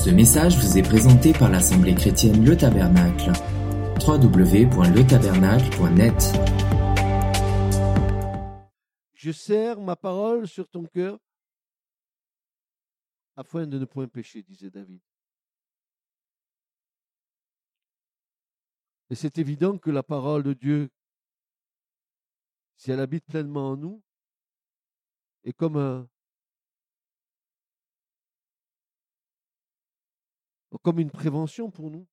Ce message vous est présenté par l'Assemblée chrétienne Le Tabernacle. www.letabernacle.net. Je serre ma parole sur ton cœur afin de ne point pécher, disait David. Et c'est évident que la parole de Dieu, si elle habite pleinement en nous, est comme une prévention pour nous.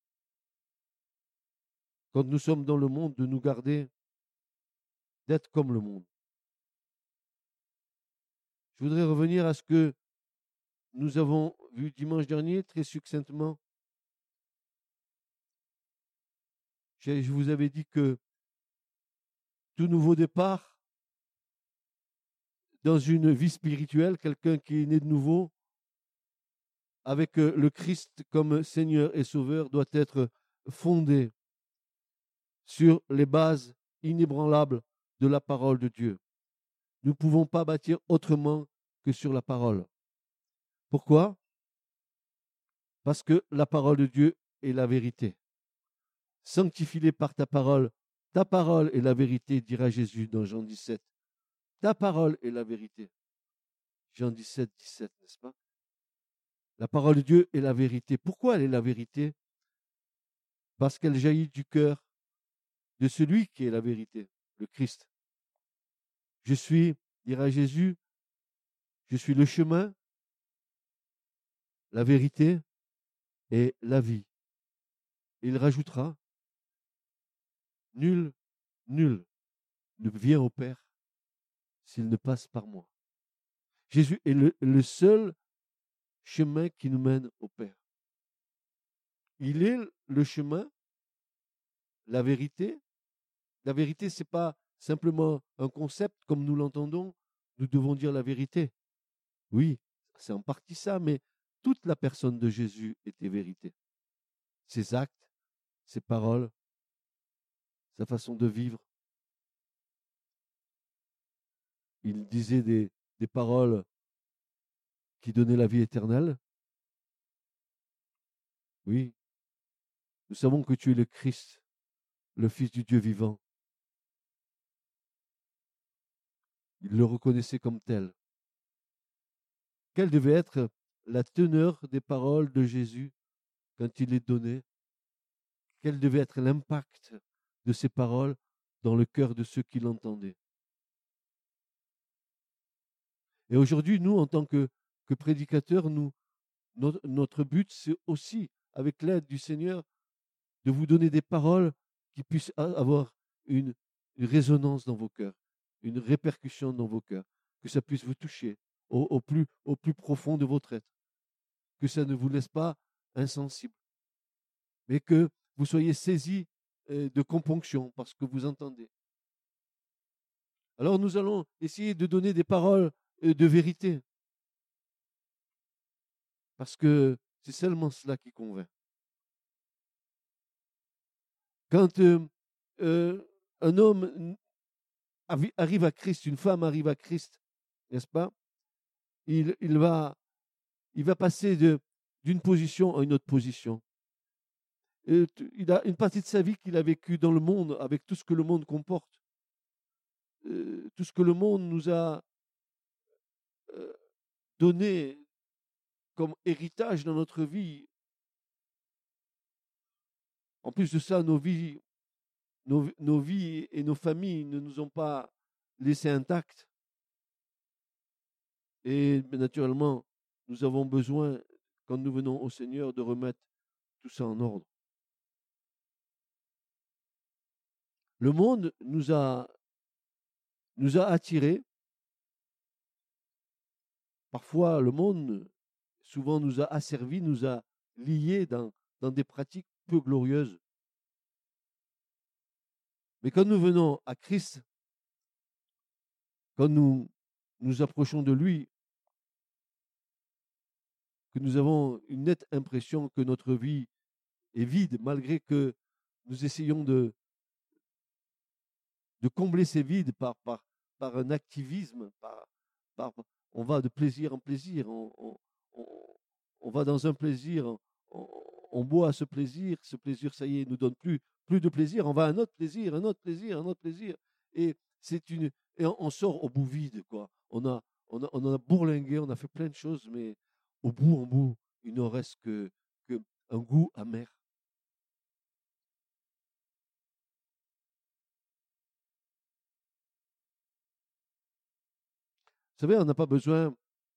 Quand nous sommes dans le monde, de nous garder d'être comme le monde. Je voudrais revenir à ce que nous avons vu dimanche dernier, très succinctement. Je vous avais dit que tout nouveau départ dans une vie spirituelle, quelqu'un qui est né de nouveau, avec le Christ comme Seigneur et Sauveur, doit être fondé sur les bases inébranlables de la parole de Dieu. Nous ne pouvons pas bâtir autrement que sur la parole. Pourquoi ? Parce que la parole de Dieu est la vérité. Sanctifie-les par ta parole est la vérité, dira Jésus dans Jean 17. Ta parole est la vérité. Jean 17, 17, n'est-ce pas ? La parole de Dieu est la vérité. Pourquoi elle est la vérité ? Parce qu'elle jaillit du cœur de celui qui est la vérité, le Christ. Je suis, dira Jésus, je suis le chemin, la vérité et la vie. Et il rajoutera, nul ne vient au Père s'il ne passe par moi. Jésus est le seul chemin qui nous mène au Père. Il est le chemin, la vérité. La vérité, ce n'est pas simplement un concept comme nous l'entendons. Nous devons dire la vérité. Oui, c'est en partie ça, mais toute la personne de Jésus était vérité. Ses actes, ses paroles, sa façon de vivre. Il disait des paroles qui donnaient la vie éternelle. Oui, nous savons que tu es le Christ, le Fils du Dieu vivant. Il le reconnaissait comme tel. Quelle devait être la teneur des paroles de Jésus quand il les donnait? Quel devait être l'impact de ces paroles dans le cœur de ceux qui l'entendaient? Et aujourd'hui, nous, en tant que prédicateurs, notre but, c'est aussi, avec l'aide du Seigneur, de vous donner des paroles qui puissent avoir une résonance dans vos cœurs, une répercussion dans vos cœurs, que ça puisse vous toucher au plus profond de votre être, que ça ne vous laisse pas insensible, mais que vous soyez saisis de componction parce que vous entendez. Alors nous allons essayer de donner des paroles de vérité, parce que c'est seulement cela qui convainc. Quand un homme arrive à Christ, une femme arrive à Christ, n'est-ce pas? Il va passer d'une position à une autre position. Il a une partie de sa vie qu'il a vécue dans le monde, avec tout ce que le monde comporte, tout ce que le monde nous a donné comme héritage dans notre vie. En plus de ça, nos vies et nos familles ne nous ont pas laissés intacts. Et naturellement, nous avons besoin, quand nous venons au Seigneur, de remettre tout ça en ordre. Le monde nous a attirés. Parfois, le monde, souvent, nous a asservis, nous a liés dans des pratiques peu glorieuses. Mais quand nous venons à Christ, quand nous nous approchons de lui, que nous avons une nette impression que notre vie est vide, malgré que nous essayons de combler ces vides par un activisme, on va de plaisir en plaisir, on va dans un plaisir, on boit à ce plaisir, ça y est, nous donne plus de plaisir, on va à un autre plaisir, un autre plaisir, un autre plaisir. Et et on sort au bout vide, quoi. On a bourlingué, on a fait plein de choses, mais au bout, en bout, il ne reste que un goût amer. Vous savez, on n'a pas besoin.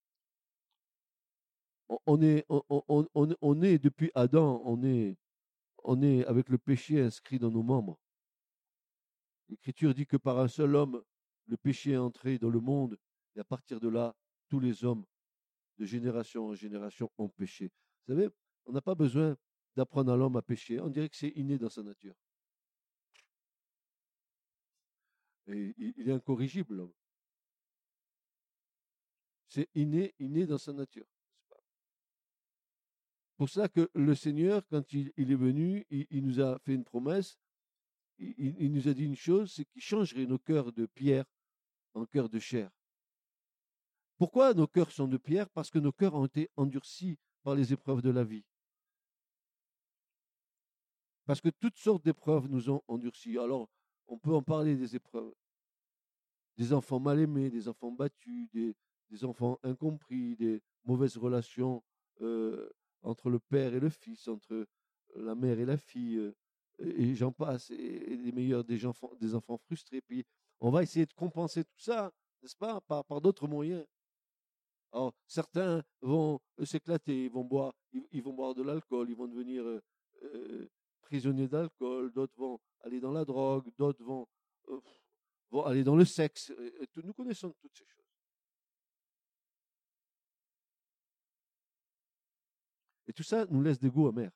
On est depuis Adam, on est avec le péché inscrit dans nos membres. L'Écriture dit que par un seul homme, le péché est entré dans le monde, et à partir de là, tous les hommes, de génération en génération, ont péché. Vous savez, on n'a pas besoin d'apprendre à l'homme à pécher. On dirait que c'est inné dans sa nature. Et il est incorrigible, l'homme. C'est inné dans sa nature. Pour ça que le Seigneur, quand il est venu, il nous a fait une promesse. Il nous a dit une chose, c'est qu'il changerait nos cœurs de pierre en cœurs de chair. Pourquoi nos cœurs sont de pierre? Parce que nos cœurs ont été endurcis par les épreuves de la vie. Parce que toutes sortes d'épreuves nous ont endurcis. Alors, on peut en parler des épreuves. Des enfants mal aimés, des enfants battus, des enfants incompris, des mauvaises relations entre le père et le fils, entre la mère et la fille, et j'en passe, et les meilleurs des enfants frustrés. Puis on va essayer de compenser tout ça, n'est-ce pas, par d'autres moyens. Alors, certains vont s'éclater, ils vont boire de l'alcool, ils vont devenir prisonniers d'alcool, d'autres vont aller dans la drogue, d'autres euh, vont aller dans le sexe. Nous connaissons toutes ces choses. Et tout ça nous laisse des goûts amers.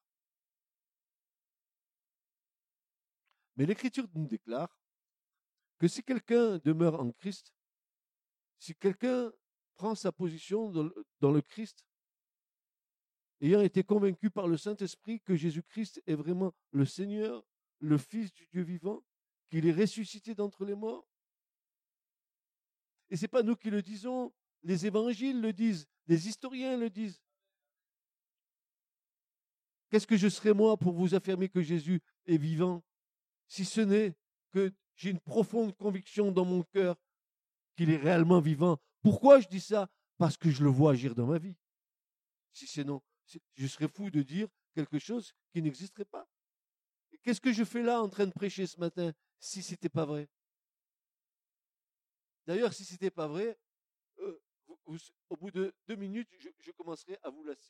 Mais l'Écriture nous déclare que si quelqu'un demeure en Christ, si quelqu'un prend sa position dans le Christ, ayant été convaincu par le Saint-Esprit que Jésus-Christ est vraiment le Seigneur, le Fils du Dieu vivant, qu'il est ressuscité d'entre les morts. Et ce n'est pas nous qui le disons, les évangiles le disent, les historiens le disent. Qu'est-ce que je serais moi pour vous affirmer que Jésus est vivant, si ce n'est que j'ai une profonde conviction dans mon cœur qu'il est réellement vivant? Pourquoi je dis ça? Parce que je le vois agir dans ma vie. Si c'est non, je serais fou de dire quelque chose qui n'existerait pas. Qu'est-ce que je fais là en train de prêcher ce matin si ce n'était pas vrai? D'ailleurs, si ce n'était pas vrai, au bout de 2 minutes, je commencerai à vous lasser.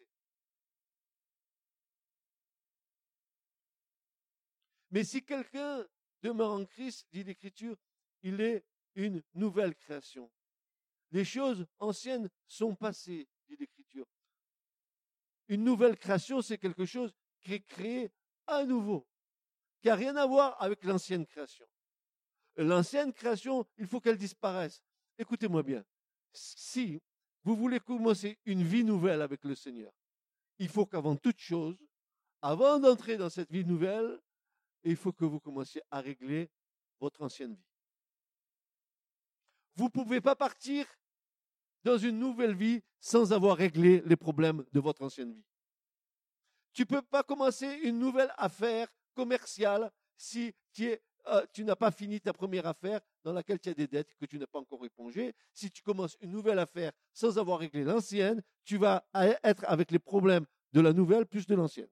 Mais si quelqu'un demeure en Christ, dit l'Écriture, il est une nouvelle création. Les choses anciennes sont passées, dit l'Écriture. Une nouvelle création, c'est quelque chose qui est créé à nouveau, qui n'a rien à voir avec l'ancienne création. L'ancienne création, il faut qu'elle disparaisse. Écoutez-moi bien. Si vous voulez commencer une vie nouvelle avec le Seigneur, il faut qu'avant toute chose, avant d'entrer dans cette vie nouvelle, il faut que vous commenciez à régler votre ancienne vie. Vous ne pouvez pas partir dans une nouvelle vie sans avoir réglé les problèmes de votre ancienne vie. Tu ne peux pas commencer une nouvelle affaire commerciale si tu n'as pas fini ta première affaire dans laquelle tu as des dettes que tu n'as pas encore épongées. Si tu commences une nouvelle affaire sans avoir réglé l'ancienne, tu vas être avec les problèmes de la nouvelle plus de l'ancienne.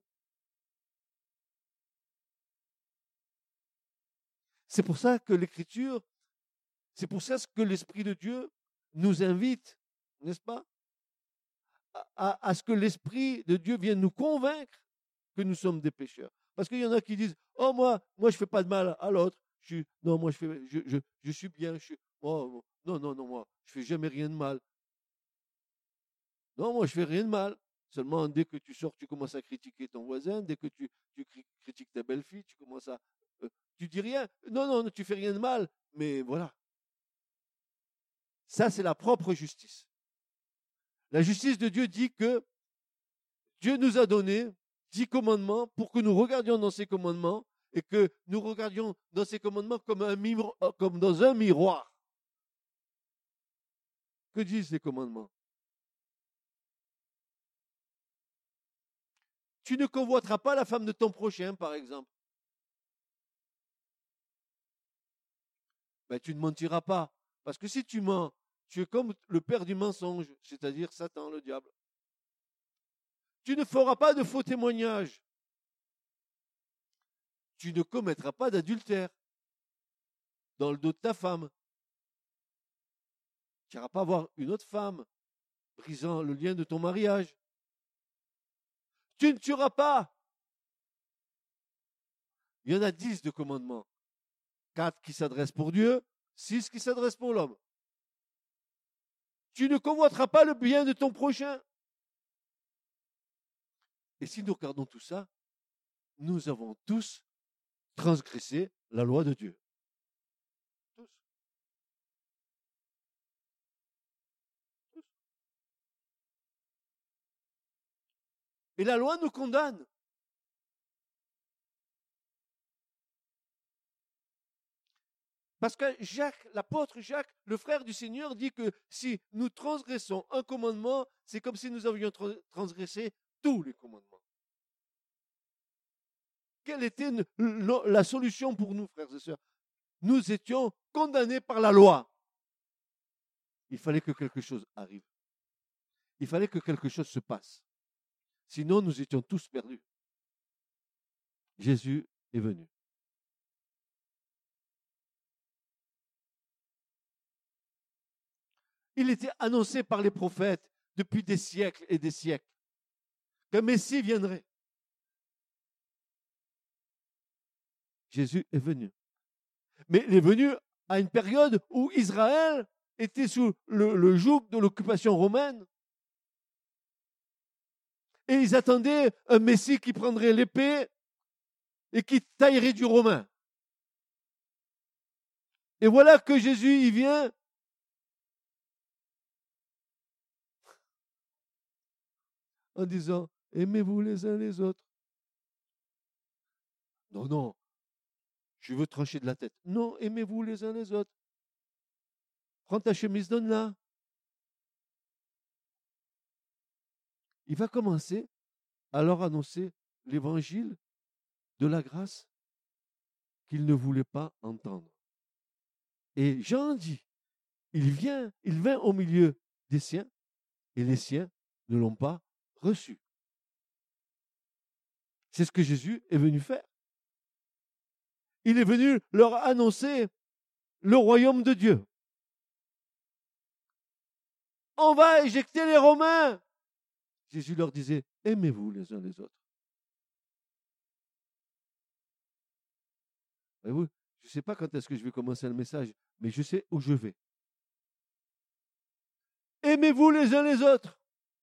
C'est pour ça que l'Écriture, c'est pour ça que l'Esprit de Dieu nous invite, n'est-ce pas, à ce que l'Esprit de Dieu vienne nous convaincre que nous sommes des pécheurs. Parce qu'il y en a qui disent, oh moi je ne fais pas de mal à l'autre. Non, moi je suis bien. Non, moi je fais jamais rien de mal. Non, moi je fais rien de mal. Seulement dès que tu sors, tu commences à critiquer ton voisin. Dès que tu critiques ta belle-fille, tu commences à... tu dis rien. Non, tu fais rien de mal. Mais voilà. Ça, c'est la propre justice. La justice de Dieu dit que Dieu nous a donné 10 commandements pour que nous regardions dans ces commandements et que nous regardions dans ces commandements comme dans un miroir. Que disent ces commandements? Tu ne convoiteras pas la femme de ton prochain, par exemple. Ben, tu ne mentiras pas. Parce que si tu mens, tu es comme le père du mensonge, c'est-à-dire Satan, le diable. Tu ne feras pas de faux témoignages. Tu ne commettras pas d'adultère dans le dos de ta femme. Tu n'iras pas voir une autre femme, brisant le lien de ton mariage. Tu ne tueras pas. Il y en a 10 de commandements. 4 qui s'adressent pour Dieu, 6 qui s'adressent pour l'homme. Tu ne convoiteras pas le bien de ton prochain. Et si nous regardons tout ça, nous avons tous transgressé la loi de Dieu. Tous. Tous. Et la loi nous condamne. Parce que Jacques, l'apôtre Jacques, le frère du Seigneur, dit que si nous transgressons un commandement, c'est comme si nous avions transgressé tous les commandements. Quelle était la solution pour nous, frères et sœurs? Nous étions condamnés par la loi. Il fallait que quelque chose arrive. Il fallait que quelque chose se passe. Sinon, nous étions tous perdus. Jésus est venu. Il était annoncé par les prophètes depuis des siècles et des siècles qu'un Messie viendrait. Jésus est venu. Mais il est venu à une période où Israël était sous le joug de l'occupation romaine. Et ils attendaient un Messie qui prendrait l'épée et qui taillerait du romain. Et voilà que Jésus, il vient. En disant, aimez-vous les uns les autres. Non, non, je veux trancher de la tête. Non, aimez-vous les uns les autres. Prends ta chemise, donne-la. Il va commencer à leur annoncer l'évangile de la grâce qu'ils ne voulaient pas entendre. Et Jean dit, il vint au milieu des siens, et les siens ne l'ont pas reçu. C'est ce que Jésus est venu faire. Il est venu leur annoncer le royaume de Dieu. On va éjecter les Romains. Jésus leur disait, aimez-vous les uns les autres. Voyez-vous, je ne sais pas quand est-ce que je vais commencer le message, mais je sais où je vais. Aimez-vous les uns les autres.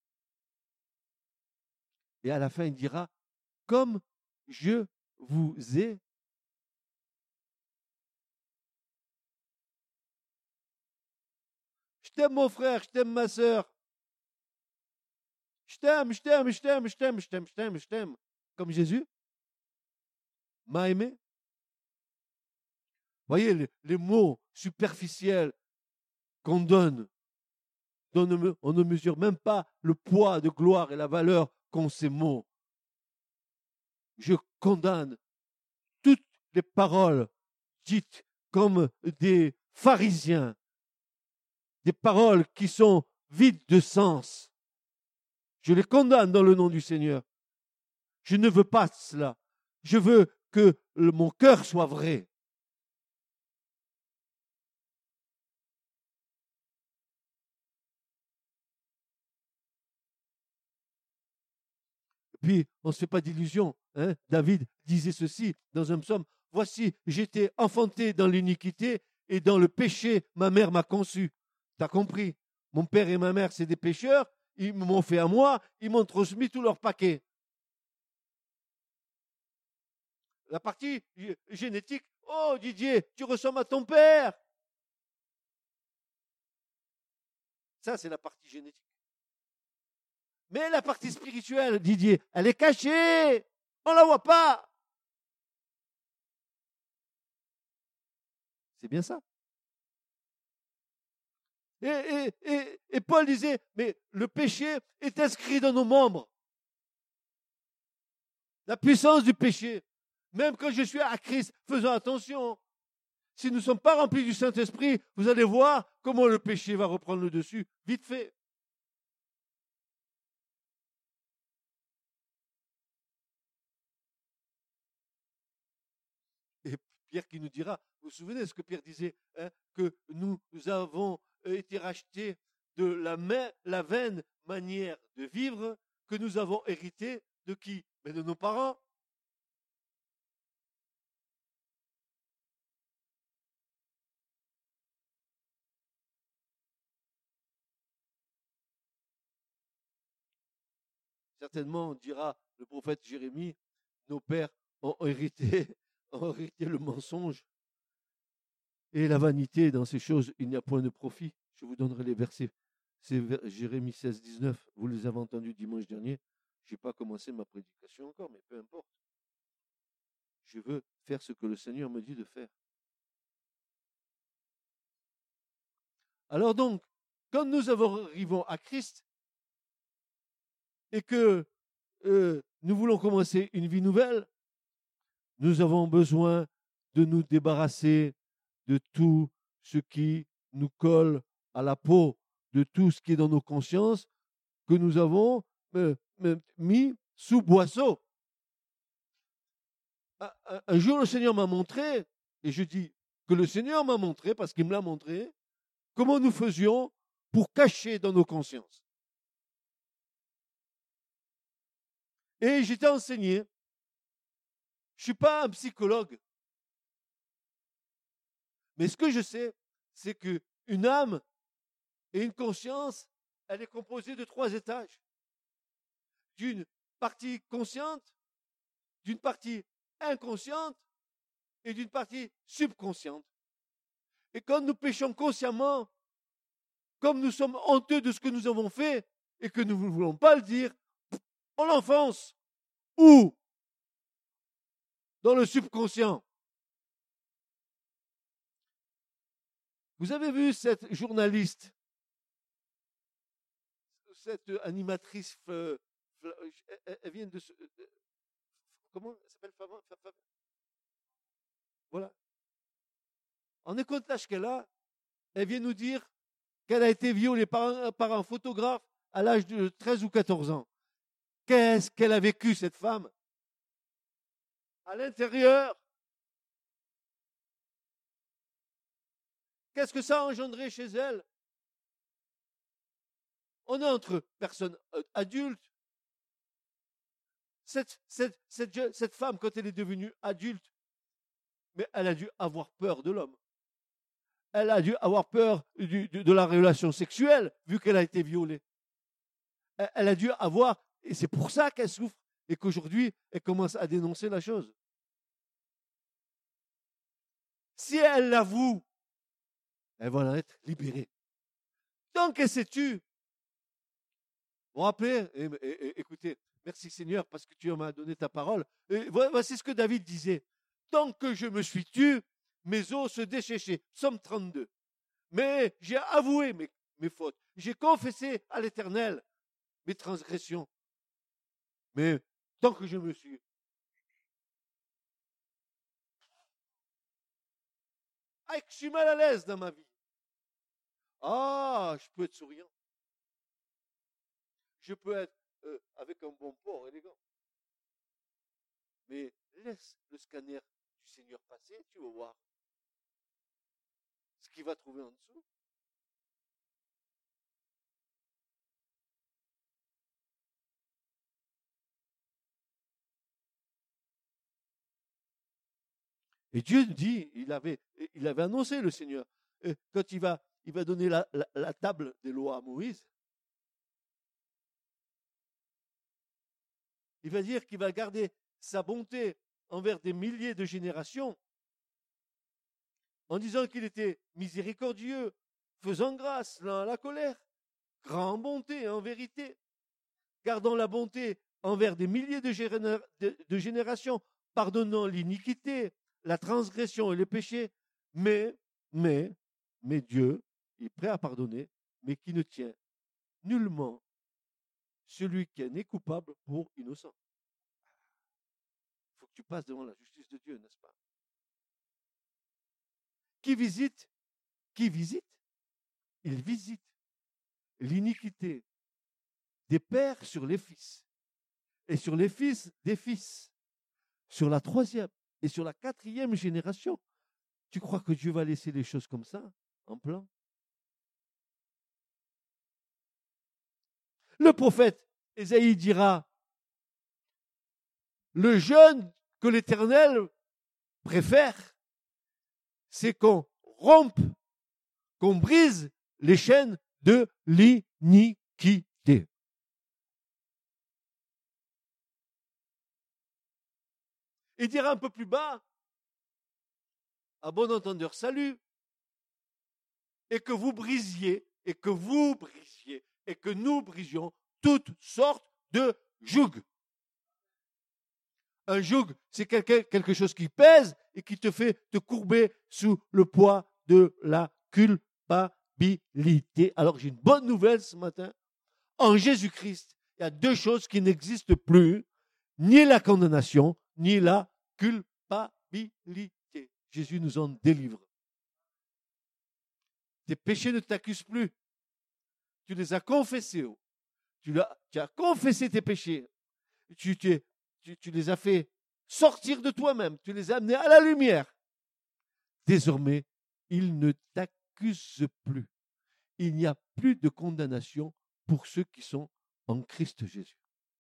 Et à la fin, il dira, comme je vous ai. Je t'aime mon frère, je t'aime ma sœur. Je t'aime, je t'aime, je t'aime, je t'aime, je t'aime, je t'aime, je t'aime. Comme Jésus m'a aimé. Voyez les mots superficiels qu'on donne. On ne mesure même pas le poids de gloire et la valeur qu'ont ces mots. Je condamne toutes les paroles dites comme des pharisiens, des paroles qui sont vides de sens. Je les condamne dans le nom du Seigneur. Je ne veux pas cela. Je veux que mon cœur soit vrai. Puis, on ne se fait pas d'illusions. Hein? David disait ceci dans un psaume. Voici, j'étais enfanté dans l'iniquité et dans le péché, ma mère m'a conçu. Tu as compris? Mon père et ma mère, c'est des pécheurs. Ils m'ont fait à moi. Ils m'ont transmis tout leur paquet. La partie génétique. Oh, Didier, tu ressembles à ton père. Ça, c'est la partie génétique. Mais la partie spirituelle, Didier, elle est cachée. On ne la voit pas. C'est bien ça. Et Paul disait, mais le péché est inscrit dans nos membres. la puissance du péché. Même quand je suis à Christ, faisons attention. Si nous ne sommes pas remplis du Saint-Esprit, vous allez voir comment le péché va reprendre le dessus, vite fait. Et Pierre qui nous dira, vous vous souvenez de ce que Pierre disait, hein, que nous avons été rachetés de la vaine manière de vivre que nous avons hérité de qui? Mais de nos parents. Certainement, on dira, le prophète Jérémie, nos pères ont hérité, ont hérité le mensonge et la vanité. Dans ces choses, il n'y a point de profit. Je vous donnerai les versets. C'est Jérémie 16, 19. Vous les avez entendus dimanche dernier. Je n'ai pas commencé ma prédication encore, mais peu importe. Je veux faire ce que le Seigneur me dit de faire. Alors donc, quand nous arrivons à Christ et que nous voulons commencer une vie nouvelle, nous avons besoin de nous débarrasser de tout ce qui nous colle à la peau, de tout ce qui est dans nos consciences, que nous avons mis sous boisseau. Un jour, le Seigneur m'a montré, et je dis que le Seigneur m'a montré, parce qu'il me l'a montré, comment nous faisions pour cacher dans nos consciences. Et j'étais enseigné. Je ne suis pas un psychologue. Mais ce que je sais, c'est qu'une âme et une conscience, elle est composée de 3 étages. D'une partie consciente, d'une partie inconsciente et d'une partie subconsciente. Et quand nous péchons consciemment, comme nous sommes honteux de ce que nous avons fait et que nous ne voulons pas le dire, on l'enfonce. Où? Dans le subconscient. Vous avez vu cette journaliste, cette animatrice, elle vient de... Comment elle s'appelle? Voilà. En écoutant l'âge qu'elle a, elle vient nous dire qu'elle a été violée par un photographe à l'âge de 13 ou 14 ans. Qu'est-ce qu'elle a vécu, cette femme? À l'intérieur, qu'est-ce que ça a engendré chez elle? On est entre personnes adultes. Cette femme, quand elle est devenue adulte, mais elle a dû avoir peur de l'homme. Elle a dû avoir peur de la relation sexuelle, vu qu'elle a été violée. Elle a dû avoir, et c'est pour ça qu'elle souffre, et qu'aujourd'hui, elle commence à dénoncer la chose. Si elle l'avoue, elle va en être libérée. Tant qu'elle s'est tue, vous vous rappelez, écoutez, merci Seigneur parce que tu m'as donné ta parole. Voici ce que David disait. Tant que je me suis tu, mes os se desséchaient. Psaume 32. Mais j'ai avoué mes fautes. J'ai confessé à l'Éternel mes transgressions. Mais tant que je me suis... Ah, que je suis mal à l'aise dans ma vie. Ah, je peux être souriant. Je peux être avec un bon port élégant. Mais laisse le scanner du Seigneur passer, tu vas voir ce qu'il va trouver en dessous. Et Dieu dit, il avait annoncé le Seigneur, quand il va donner la table des lois à Moïse, il va dire qu'il va garder sa bonté envers des milliers de générations, en disant qu'il était miséricordieux, faisant grâce, lent à la colère, grand en bonté en vérité, gardant la bonté envers des milliers de générations, pardonnant l'iniquité, la transgression et le péché, mais Dieu est prêt à pardonner, mais qui ne tient nullement celui qui est né coupable pour innocent. que tu passes devant la justice de Dieu, n'est-ce pas? Qui visite? Qui visite? Il visite l'iniquité des pères sur les fils, et sur les fils des fils, sur la 3e et sur la 4e génération. Tu crois que Dieu va laisser les choses comme ça, en plan? Le prophète Ésaïe dira, le jeûne que l'Éternel préfère, c'est qu'on rompe, qu'on brise les chaînes de l'iniquité. Il dira un peu plus bas, à bon entendeur, salut, et que vous brisiez, et que vous brisiez, et que nous brisions toutes sortes de jougs. Un joug, c'est quelque chose qui pèse et qui te fait te courber sous le poids de la culpabilité. Alors j'ai une bonne nouvelle ce matin. En Jésus-Christ, il y a 2 choses qui n'existent plus, ni la condamnation, ni la culpabilité. Jésus nous en délivre. Tes péchés ne t'accusent plus. Tu les as confessés. Tu as confessé tes péchés. Tu les as fait sortir de toi-même. Tu les as amenés à la lumière. Désormais, ils ne t'accusent plus. Il n'y a plus de condamnation pour ceux qui sont en Christ Jésus.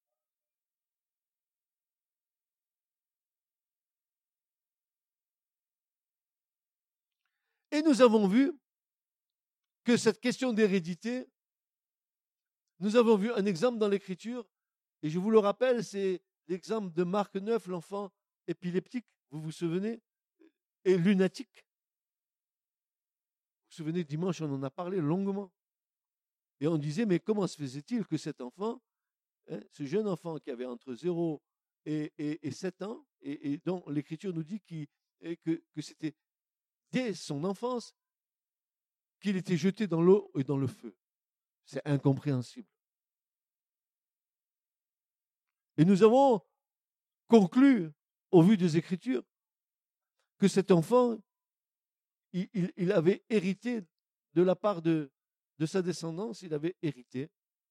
Et nous avons vu que cette question d'hérédité, nous avons vu un exemple dans l'Écriture, et je vous le rappelle, c'est l'exemple de Marc 9, l'enfant épileptique, vous vous souvenez, et lunatique. Vous vous souvenez, dimanche, on en a parlé longuement. Et on disait, mais comment se faisait-il que cet enfant, ce jeune enfant qui avait entre 0 et 7 ans, et dont l'Écriture nous dit que c'était dès son enfance qu'il était jeté dans l'eau et dans le feu. C'est incompréhensible. Et nous avons conclu, au vu des Écritures, que cet enfant, il avait hérité de la part de sa descendance, il avait hérité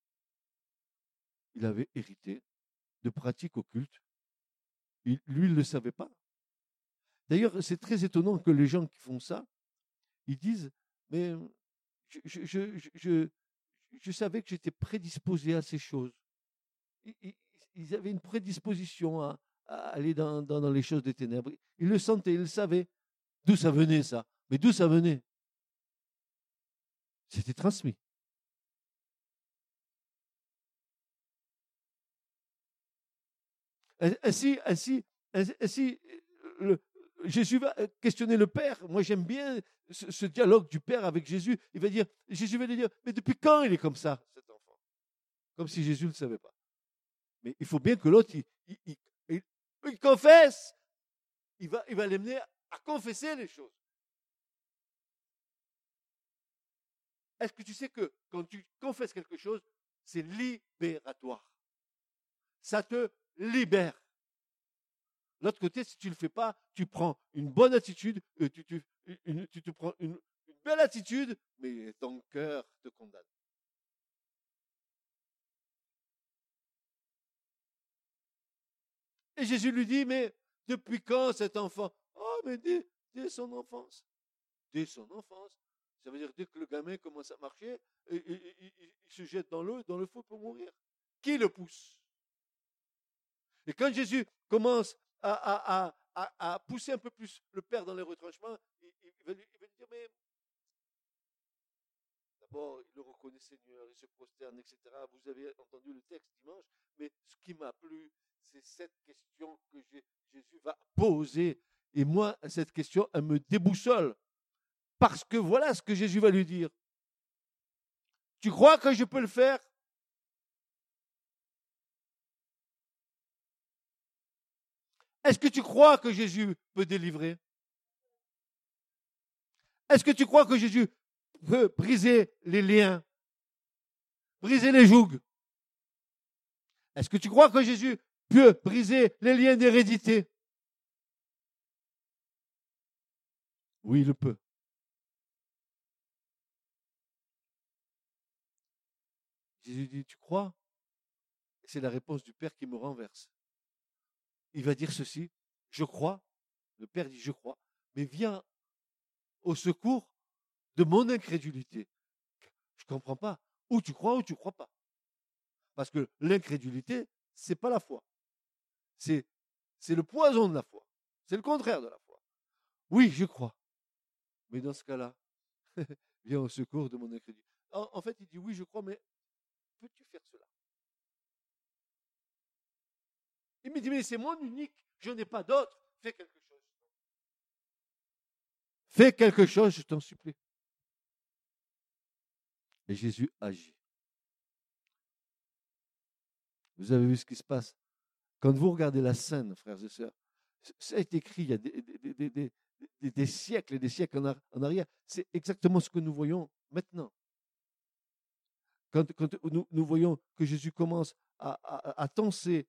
de pratiques occultes. Lui, il ne le savait pas. D'ailleurs, c'est très étonnant que les gens qui font ça, ils disent, mais je savais que j'étais prédisposé à ces choses. Ils avaient une prédisposition à aller dans les choses des ténèbres. Ils le sentaient, ils le savaient. D'où ça venait, ça? Mais d'où ça venait? C'était transmis. Ainsi, Jésus va questionner le Père. Moi, j'aime bien ce dialogue du Père avec Jésus. Jésus va lui dire, mais depuis quand il est comme ça, cet enfant? Comme si Jésus ne le savait pas. Mais il faut bien que l'autre, il confesse. Il va l'amener à confesser les choses. Est-ce que tu sais que quand tu confesses quelque chose, c'est libératoire? Ça te libère. L'autre côté, si tu ne le fais pas, tu prends une bonne attitude, tu te prends une belle attitude, mais ton cœur te condamne. Et Jésus lui dit, mais depuis quand cet enfant? Oh, mais dès son enfance. Dès son enfance. Ça veut dire dès que le gamin commence à marcher, il se jette dans l'eau, dans le feu pour mourir. Qui le pousse? Et quand Jésus commence à pousser un peu plus le Père dans les retranchements, il va lui dire, mais d'abord, il le reconnaît Seigneur, il se prosterne, etc. Vous avez entendu le texte dimanche, mais ce qui m'a plu, c'est cette question que Jésus va poser. Et moi, cette question, elle me déboussole. Parce que voilà ce que Jésus va lui dire. Tu crois que je peux le faire? Est-ce que tu crois que Jésus peut délivrer? Est-ce que tu crois que Jésus peut briser les liens, briser les jougs? Est-ce que tu crois que Jésus peut briser les liens d'hérédité? Oui, il le peut. Jésus dit, tu crois? C'est la réponse du Père qui me renverse. Il va dire ceci, je crois. Le Père dit, je crois, mais viens au secours de mon incrédulité. Je ne comprends pas. Ou tu crois ou tu ne crois pas. Parce que l'incrédulité, ce n'est pas la foi. C'est le poison de la foi. C'est le contraire de la foi. Oui, je crois. Mais dans ce cas-là, viens au secours de mon incrédulité. En fait, il dit, oui, je crois, mais peux-tu faire cela? Il me dit, mais c'est mon unique, je n'ai pas d'autre. Fais quelque chose. Fais quelque chose, je t'en supplie. Et Jésus agit. Vous avez vu ce qui se passe? Quand vous regardez la scène, frères et sœurs, ça a été écrit il y a des siècles et des siècles en arrière. C'est exactement ce que nous voyons maintenant. Quand nous voyons que Jésus commence à tenser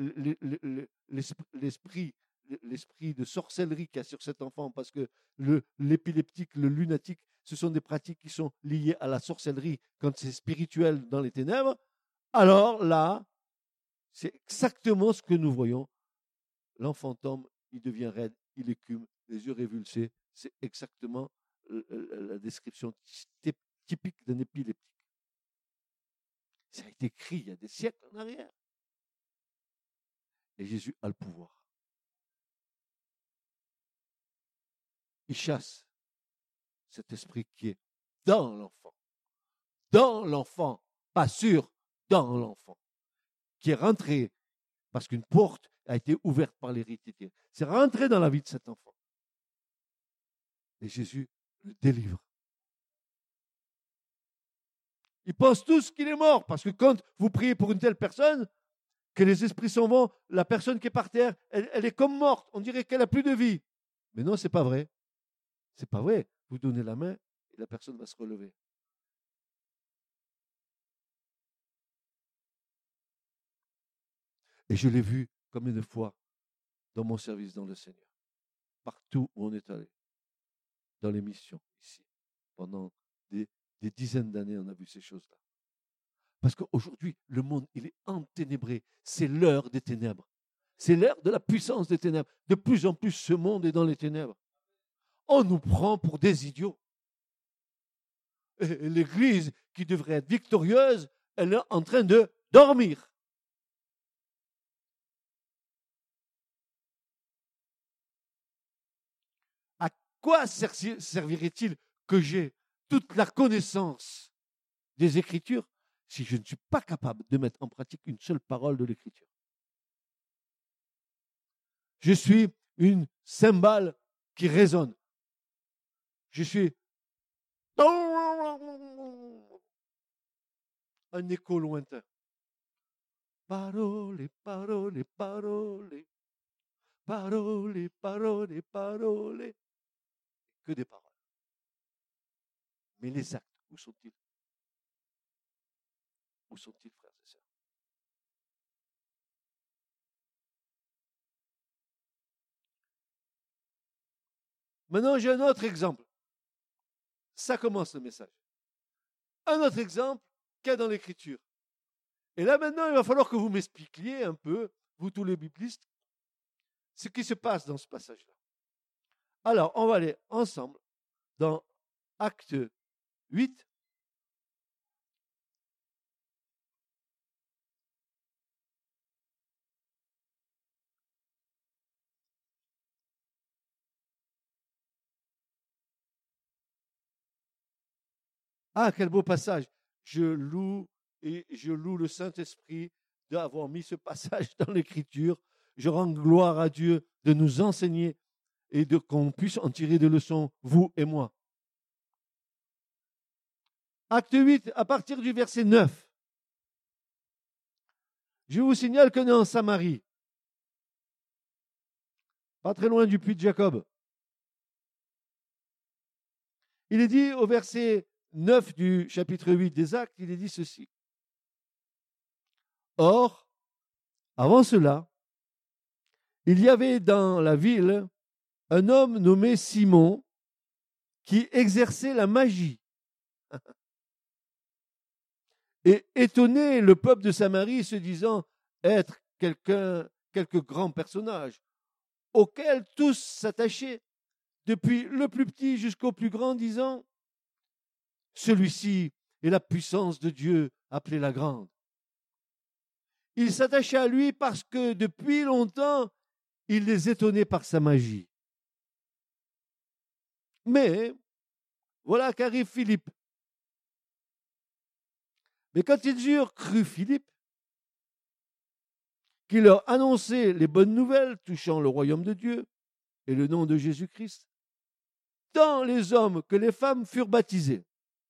l'esprit de sorcellerie qu'il y a sur cet enfant, parce que l'épileptique, le lunatique, ce sont des pratiques qui sont liées à la sorcellerie quand c'est spirituel dans les ténèbres, alors là, c'est exactement ce que nous voyons. L'enfant tombe, il devient raide, il écume, les yeux révulsés. C'est exactement la description typique d'un épileptique. Ça a été écrit il y a des siècles en arrière. Et Jésus a le pouvoir. Il chasse cet esprit qui est dans l'enfant. Dans l'enfant, pas sûr, dans l'enfant. Qui est rentré parce qu'une porte a été ouverte par l'héritier. C'est rentré dans la vie de cet enfant. Et Jésus le délivre. Ils pensent tous qu'il est mort, parce que quand vous priez pour une telle personne, que les esprits s'en vont, la personne qui est par terre, elle est comme morte. On dirait qu'elle n'a plus de vie. Mais non, c'est pas vrai. C'est pas vrai. Vous donnez la main et la personne va se relever. Et je l'ai vu combien de fois dans mon service dans le Seigneur. Partout où on est allé. Dans les missions, ici. Pendant des dizaines d'années, on a vu ces choses-là. Parce qu'aujourd'hui, le monde, il est enténébré. C'est l'heure des ténèbres. C'est l'heure de la puissance des ténèbres. De plus en plus, ce monde est dans les ténèbres. On nous prend pour des idiots. Et l'Église, qui devrait être victorieuse, elle est en train de dormir. À quoi servirait-il que j'ai toute la connaissance des Écritures si je ne suis pas capable de mettre en pratique une seule parole de l'Écriture? Je suis une cymbale qui résonne. Je suis un écho lointain. Parole, parole, parole. Parole, parole, parole. Que des paroles. Mais les actes, où sont-ils? Où sont-ils, frères et sœurs? Maintenant, j'ai un autre exemple. Ça commence le message. Un autre exemple qu'il y a dans l'Écriture. Et là, maintenant, il va falloir que vous m'expliquiez un peu, vous tous les biblistes, ce qui se passe dans ce passage-là. Alors, on va aller ensemble dans Acte 8. Ah, quel beau passage. Je loue le Saint-Esprit d'avoir mis ce passage dans l'Écriture. Je rends gloire à Dieu de nous enseigner et de qu'on puisse en tirer des leçons, vous et moi. Acte 8, à partir du verset 9. Je vous signale qu'on est en Samarie, pas très loin du puits de Jacob. Il est dit au verset 9 du chapitre 8 des Actes, il est dit ceci. Or, avant cela, il y avait dans la ville un homme nommé Simon, qui exerçait la magie. Et étonné le peuple de Samarie se disant être quelque grand personnage auquel tous s'attachaient, depuis le plus petit jusqu'au plus grand, disant celui-ci est la puissance de Dieu appelée la grande. Ils s'attachaient à lui parce que depuis longtemps, il les étonnait par sa magie. Mais voilà qu'arrive Philippe. Mais quand ils eurent cru Philippe, qui leur annonçait les bonnes nouvelles touchant le royaume de Dieu et le nom de Jésus-Christ, tant les hommes que les femmes furent baptisés.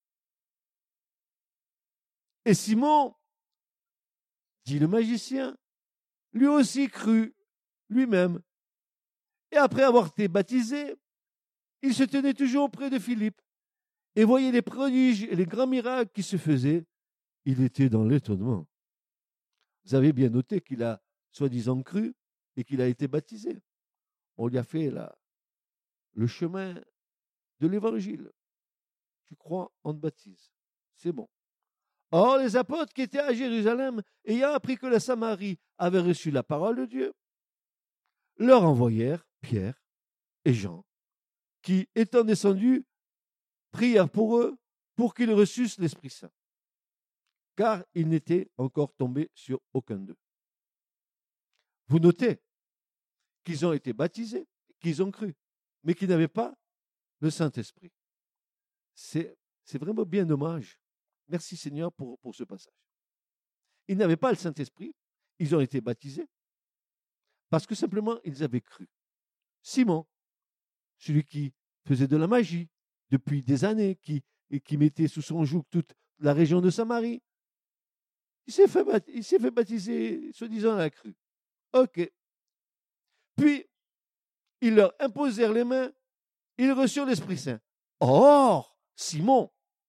Et Simon, dit le magicien, lui aussi crut lui-même. Et après avoir été baptisé, il se tenait toujours près de Philippe et voyait les prodiges et les grands miracles qui se faisaient. Il était dans l'étonnement. Vous avez bien noté qu'il a soi-disant cru et qu'il a été baptisé. On lui a fait le chemin de l'évangile. Tu crois, on te baptise. C'est bon. Or, les apôtres qui étaient à Jérusalem, ayant appris que la Samarie avait reçu la parole de Dieu, leur envoyèrent Pierre et Jean, qui, étant descendus, prièrent pour eux pour qu'ils reçussent l'Esprit Saint, car ils n'étaient encore tombés sur aucun d'eux. Vous notez qu'ils ont été baptisés, qu'ils ont cru, mais qu'ils n'avaient pas le Saint-Esprit. C'est vraiment bien dommage. Merci Seigneur pour ce passage. Ils n'avaient pas le Saint-Esprit, ils ont été baptisés, parce que simplement ils avaient cru. Simon, celui qui faisait de la magie depuis des années, qui mettait sous son joug toute la région de Samarie, il s'est fait baptiser, soi-disant, à la crue. Ok. Puis, ils leur imposèrent les mains, ils reçurent l'Esprit Saint. Or, Simon,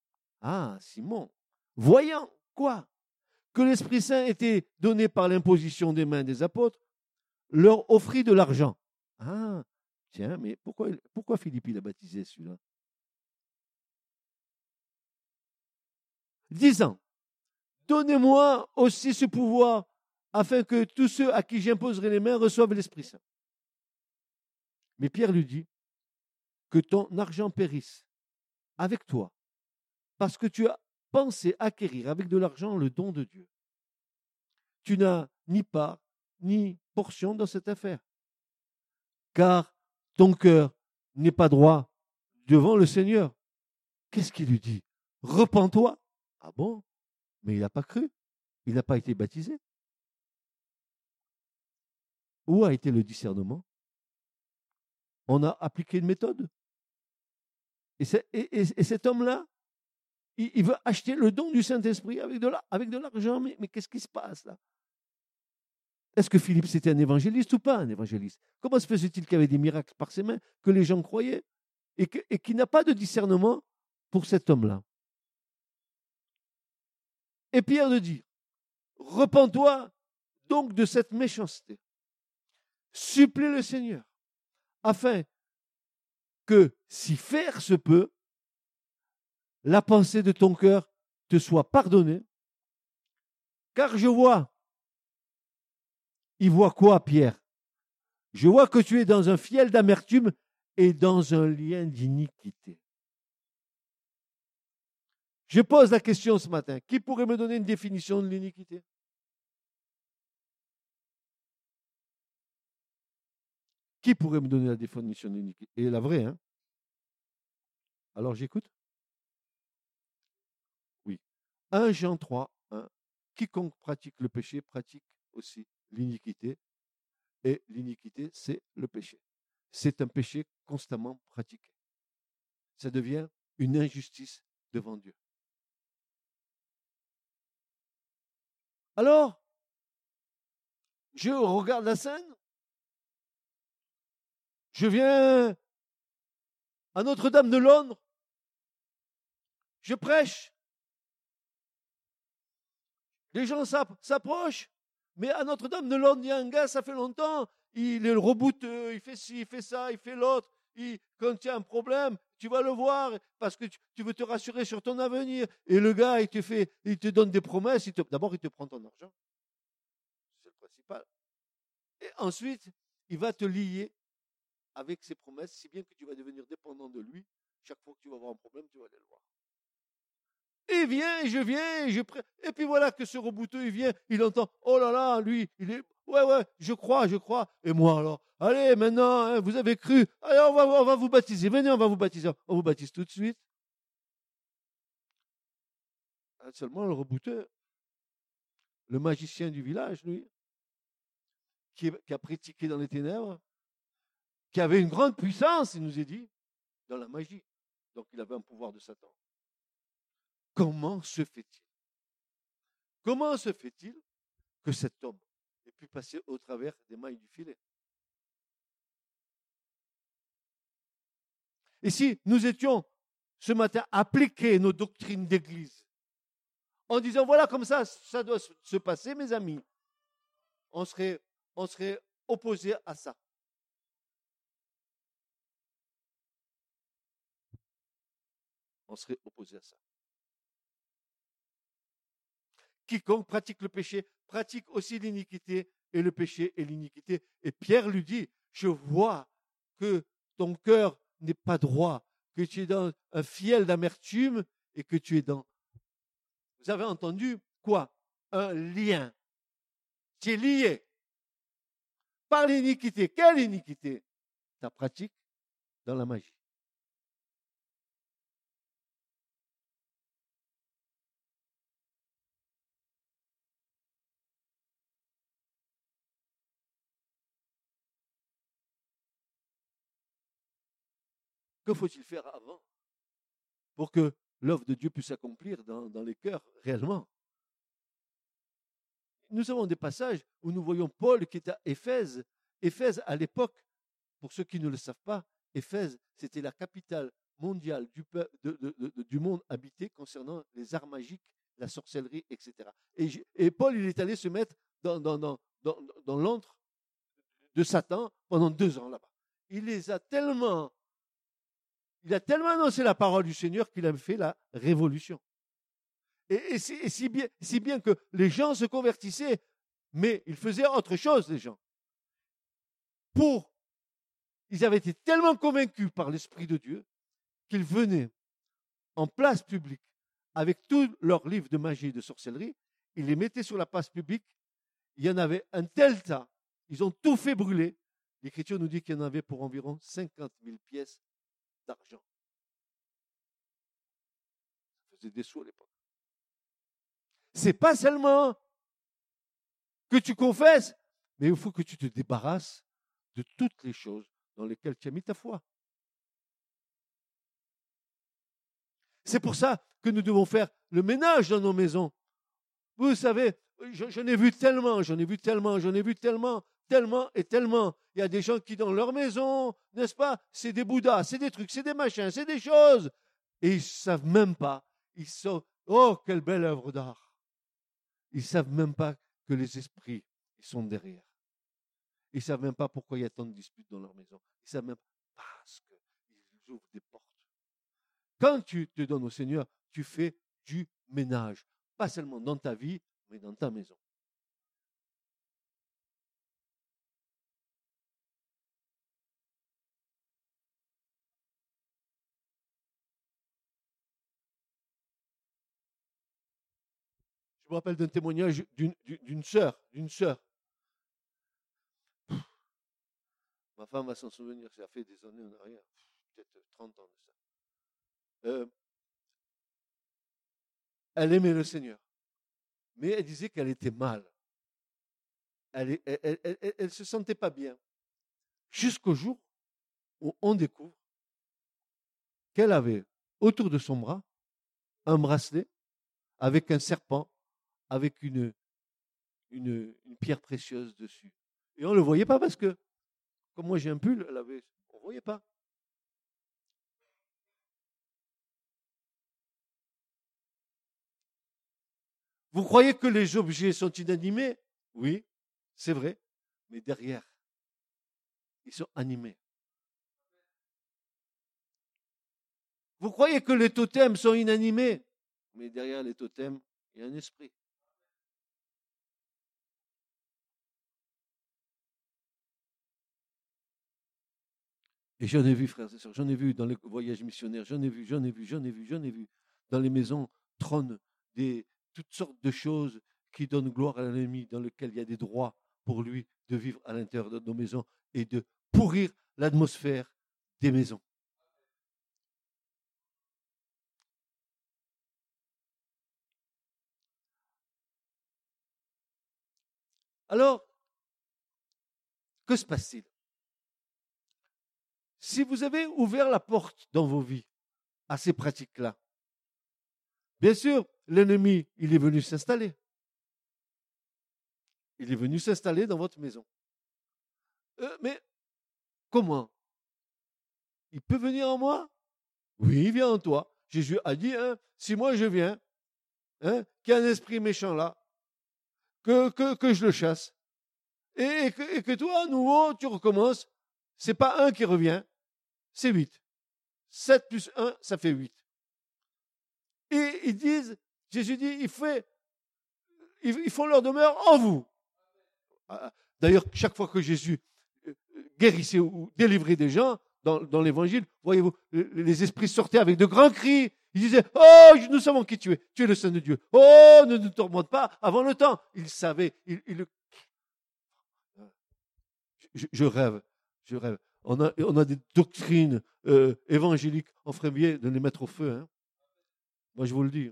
voyant quoi? Que l'Esprit Saint était donné par l'imposition des mains des apôtres, leur offrit de l'argent. Ah, tiens, mais pourquoi Philippe il a baptisé celui-là? Disant, donnez-moi aussi ce pouvoir afin que tous ceux à qui j'imposerai les mains reçoivent l'Esprit Saint. Mais Pierre lui dit, que ton argent périsse avec toi, parce que tu as pensé acquérir avec de l'argent le don de Dieu. Tu n'as ni part, ni portion dans cette affaire, car ton cœur n'est pas droit devant le Seigneur. Qu'est-ce qu'il lui dit? Repens-toi. Ah bon? Mais il n'a pas cru. Il n'a pas été baptisé. Où a été le discernement? On a appliqué une méthode. Et cet homme-là, il veut acheter le don du Saint-Esprit avec de l'argent. Mais qu'est-ce qui se passe là? Est-ce que Philippe, c'était un évangéliste ou pas un évangéliste? Comment se faisait-il qu'il y avait des miracles par ses mains, que les gens croyaient, et qu'il n'a pas de discernement pour cet homme-là? Et Pierre de dire, repens-toi donc de cette méchanceté. Supplie le Seigneur, afin que, si faire se peut, la pensée de ton cœur te soit pardonnée, car je vois. Il voit quoi, Pierre? Je vois que tu es dans un fiel d'amertume et dans un lien d'iniquité. Je pose la question ce matin. Qui pourrait me donner une définition de l'iniquité? Qui pourrait me donner la définition de l'iniquité? Et la vraie, hein? Alors j'écoute. Oui. 1 Jean 3, 1. Quiconque pratique le péché pratique aussi l'iniquité. Et l'iniquité, c'est le péché. C'est un péché constamment pratiqué. Ça devient une injustice devant Dieu. Alors, je regarde la scène, je viens à Notre-Dame de Londres, je prêche, les gens s'approchent, mais à Notre-Dame de Londres, il y a un gars, ça fait longtemps, il est le rebouteux, il fait ci, il fait ça, il fait l'autre, quand il y a un problème, tu vas le voir parce que tu veux te rassurer sur ton avenir. Et le gars, il te donne des promesses. D'abord, il te prend ton argent. C'est le principal. Et ensuite, il va te lier avec ses promesses, si bien que tu vas devenir dépendant de lui. Chaque fois que tu vas avoir un problème, tu vas aller le voir. Et vient, et je viens, et puis voilà que ce rebouteux, il vient, il entend, oh là là, lui, il est, ouais, je crois. Et moi alors, allez, maintenant, hein, vous avez cru, allez, on va vous baptiser, venez, on va vous baptiser. On vous baptise tout de suite. Seulement le rebouteux, le magicien du village, lui, qui a pratiqué dans les ténèbres, qui avait une grande puissance, il nous est dit, dans la magie. Donc il avait un pouvoir de Satan. Comment se fait-il que cet homme ait pu passer au travers des mailles du filet? Et si nous étions ce matin appliquer nos doctrines d'église en disant voilà comme ça doit se passer, mes amis, on serait opposé à ça. On serait opposé à ça. Quiconque pratique le péché pratique aussi l'iniquité, et le péché est l'iniquité. Et Pierre lui dit, je vois que ton cœur n'est pas droit, que tu es dans un fiel d'amertume et que tu es dans... Vous avez entendu quoi? Un lien. Tu es lié par l'iniquité. Quelle iniquité? Ta pratique dans la magie. Que faut-il faire avant pour que l'œuvre de Dieu puisse s'accomplir dans les cœurs réellement? Nous avons des passages où nous voyons Paul qui est à Éphèse. Éphèse, à l'époque, pour ceux qui ne le savent pas, Éphèse, c'était la capitale mondiale du monde habité concernant les arts magiques, la sorcellerie, etc. Et Paul, il est allé se mettre dans l'antre de Satan pendant 2 ans là-bas. Il a tellement annoncé la parole du Seigneur qu'il a fait la révolution. Et si bien que les gens se convertissaient, mais ils faisaient autre chose, les gens. Ils avaient été tellement convaincus par l'Esprit de Dieu qu'ils venaient en place publique avec tous leurs livres de magie et de sorcellerie, ils les mettaient sur la place publique. Il y en avait un tel tas, ils ont tout fait brûler. L'Écriture nous dit qu'il y en avait pour environ 50 000 pièces d'argent. Ça faisait des sous à l'époque. C'est pas seulement que tu confesses, mais il faut que tu te débarrasses de toutes les choses dans lesquelles tu as mis ta foi. C'est pour ça que nous devons faire le ménage dans nos maisons. Vous savez, j'en ai vu tellement. Il y a des gens qui, dans leur maison, n'est-ce pas, c'est des bouddhas, c'est des trucs, c'est des machins, c'est des choses. Et ils ne savent même pas. Ils sont, oh, quelle belle œuvre d'art. Ils ne savent même pas que les esprits, ils sont derrière. Ils ne savent même pas pourquoi il y a tant de disputes dans leur maison. Ils ne savent même pas parce qu'ils ouvrent des portes. Quand tu te donnes au Seigneur, tu fais du ménage. Pas seulement dans ta vie, mais dans ta maison. Je me rappelle d'un témoignage d'une sœur. Ma femme va s'en souvenir, ça fait des années en arrière, peut-être 30 ans de ça. Elle aimait le Seigneur, mais elle disait qu'elle était mal. Elle se sentait pas bien. Jusqu'au jour où on découvre qu'elle avait autour de son bras un bracelet avec un serpent, avec une pierre précieuse dessus. Et on ne le voyait pas parce que, comme moi j'ai un pull, on ne voyait pas. Vous croyez que les objets sont inanimés? Oui, c'est vrai. Mais derrière, ils sont animés. Vous croyez que les totems sont inanimés, mais derrière les totems, il y a un esprit. Et j'en ai vu, frères et sœurs, j'en ai vu dans les voyages missionnaires, j'en ai vu. Dans les maisons trônent toutes sortes de choses qui donnent gloire à l'ennemi, dans lesquelles il y a des droits pour lui de vivre à l'intérieur de nos maisons et de pourrir l'atmosphère des maisons. Alors, que se passe-t-il? Si vous avez ouvert la porte dans vos vies à ces pratiques-là, bien sûr, l'ennemi, il est venu s'installer. Il est venu s'installer dans votre maison. Mais comment? Il peut venir en moi? Oui, il vient en toi. Jésus a dit, hein, si moi je viens, hein, qu'il y a un esprit méchant là, que je le chasse, et que toi, à nouveau, tu recommences, c'est pas un qui revient, c'est 8. 7 plus 1, ça fait 8. Et ils disent, Jésus dit, ils font leur demeure en vous. D'ailleurs, chaque fois que Jésus guérissait ou délivrait des gens dans l'évangile, voyez-vous, les esprits sortaient avec de grands cris. Ils disaient, oh, nous savons qui tu es le Saint de Dieu. Oh, ne nous tourmente pas avant le temps. Ils savaient. Je rêve. On a des doctrines évangéliques. On ferait bien de les mettre au feu. Hein. Moi, je vous le dis.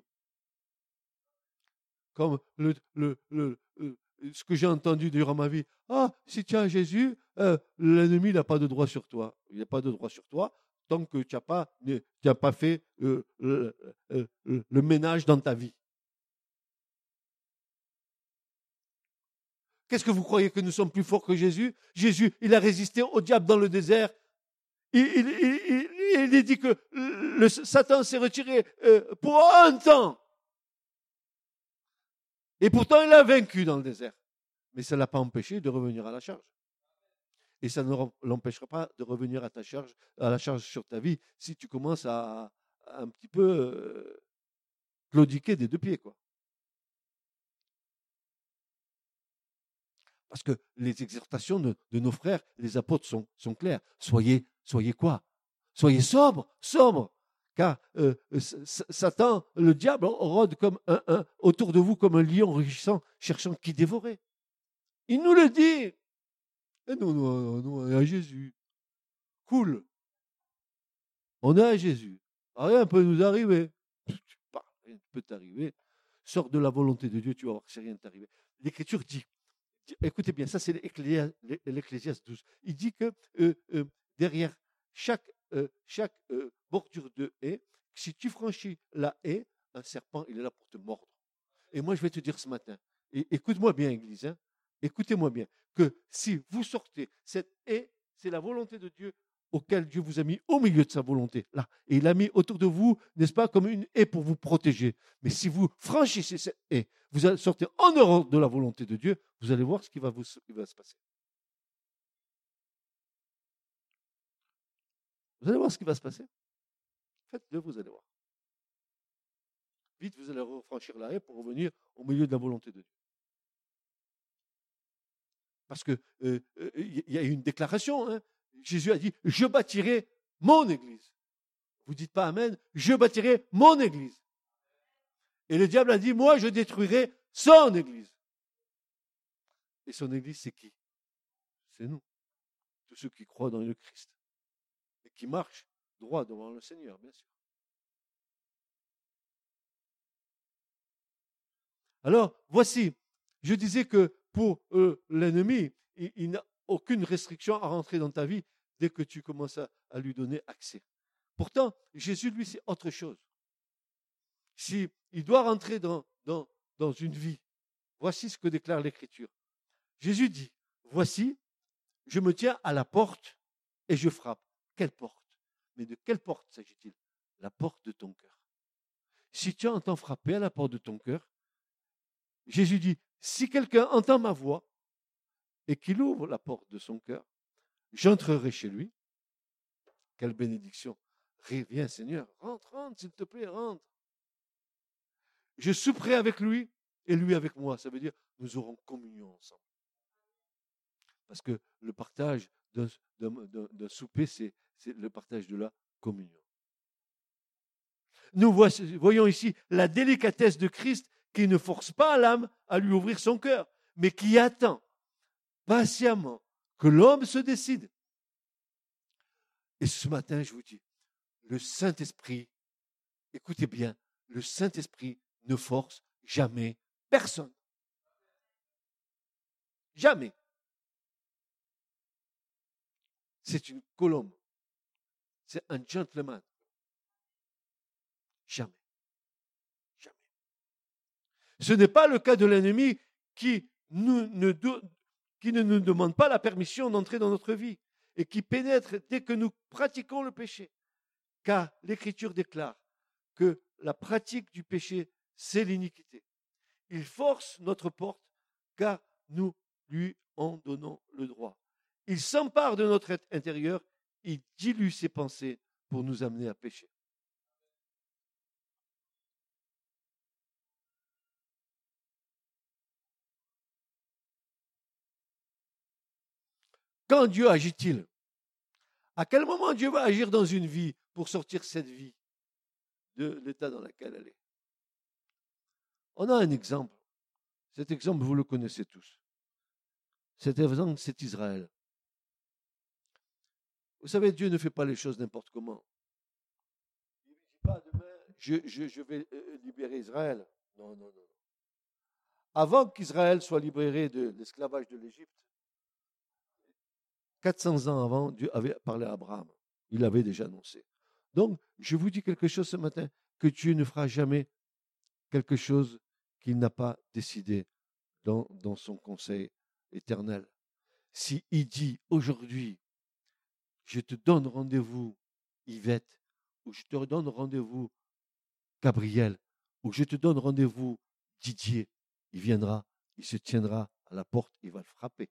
Comme ce que j'ai entendu durant ma vie. Ah, si tu as Jésus, l'ennemi n'a pas de droit sur toi. Il n'a pas de droit sur toi tant que tu n'as pas fait le ménage dans ta vie. Qu'est-ce que vous croyez que nous sommes plus forts que Jésus? Jésus, il a résisté au diable dans le désert. Il dit que le Satan s'est retiré pour un temps. Et pourtant, il a vaincu dans le désert. Mais ça ne l'a pas empêché de revenir à la charge. Et ça ne l'empêchera pas de revenir à la charge sur ta vie si tu commences à un petit peu claudiquer des deux pieds, quoi. Parce que les exhortations de nos frères, les apôtres sont claires. Soyez quoi? Soyez sobres. Car Satan, le diable, rôde comme autour de vous comme un lion rugissant, cherchant qui dévorer. Il nous le dit. Et nous, on est à Jésus. Cool. On est à Jésus. Rien ne peut nous arriver. Rien ne peut t'arriver. Sors de la volonté de Dieu, tu vas voir que rien ne t'arrive. L'Écriture dit, écoutez bien, ça c'est l'Ecclésiaste 12. Il dit que derrière chaque bordure de haie, si tu franchis la haie, un serpent, il est là pour te mordre. Et moi, je vais te dire ce matin, et écoute-moi bien, Église, hein, écoutez-moi bien, que si vous sortez cette haie, c'est la volonté de Dieu auquel Dieu vous a mis au milieu de sa volonté, là. Et il a mis autour de vous, n'est-ce pas, comme une haie pour vous protéger. Mais si vous franchissez cette haie, vous allez sortir en dehors de la volonté de Dieu, vous allez voir ce qui va se passer. Vous allez voir ce qui va se passer. Faites-le, vous allez voir. Vite, vous allez franchir la haie pour revenir au milieu de la volonté de Dieu. Parce que y a une déclaration. Hein. Jésus a dit, je bâtirai mon église. Vous dites pas amen, je bâtirai mon église. Et le diable a dit, moi, je détruirai son église. Et son église, c'est qui? C'est nous. Tous ceux qui croient dans le Christ. Et qui marchent droit devant le Seigneur, bien sûr. Alors, voici, je disais que pour l'ennemi, il n'a aucune restriction à rentrer dans ta vie dès que tu commences à lui donner accès. Pourtant, Jésus, lui, c'est autre chose. Si il doit rentrer dans une vie, voici ce que déclare l'Écriture. Jésus dit, voici, je me tiens à la porte et je frappe. Quelle porte? Mais de quelle porte s'agit-il? La porte de ton cœur. Si tu entends frapper à la porte de ton cœur, Jésus dit, si quelqu'un entend ma voix et qu'il ouvre la porte de son cœur, j'entrerai chez lui. Quelle bénédiction. Viens Seigneur, rentre, s'il te plaît, rentre. Je souperai avec lui et lui avec moi. Ça veut dire, nous aurons communion ensemble. Parce que le partage d'un souper, c'est le partage de la communion. Nous voyons ici la délicatesse de Christ qui ne force pas l'âme à lui ouvrir son cœur, mais qui attend patiemment que l'homme se décide. Et ce matin, je vous dis, le Saint-Esprit, écoutez bien, le Saint-Esprit ne force jamais personne. Jamais. C'est une colombe. C'est un gentleman. Jamais. Jamais. Ce n'est pas le cas de l'ennemi qui ne nous demande pas la permission d'entrer dans notre vie et qui pénètre dès que nous pratiquons le péché. Car l'Écriture déclare que la pratique du péché, c'est l'iniquité. Il force notre porte car nous lui en donnons le droit. Il s'empare de notre être intérieur, il dilue ses pensées pour nous amener à pécher. Quand Dieu agit-il? À quel moment Dieu va agir dans une vie pour sortir cette vie de l'état dans lequel elle est? On a un exemple. Cet exemple, vous le connaissez tous. Cet exemple, c'est Israël. Vous savez, Dieu ne fait pas les choses n'importe comment. Il ne dit pas demain, je vais libérer Israël. Non, non, non. Avant qu'Israël soit libéré de l'esclavage de l'Égypte, 400 ans avant, Dieu avait parlé à Abraham. Il l'avait déjà annoncé. Donc, je vous dis quelque chose ce matin, que Dieu ne fera jamais quelque chose qu'il n'a pas décidé dans son conseil éternel. Si il dit aujourd'hui, je te donne rendez-vous, Yvette, ou je te donne rendez-vous, Gabriel, ou je te donne rendez-vous, Didier, il viendra, il se tiendra à la porte, il va le frapper.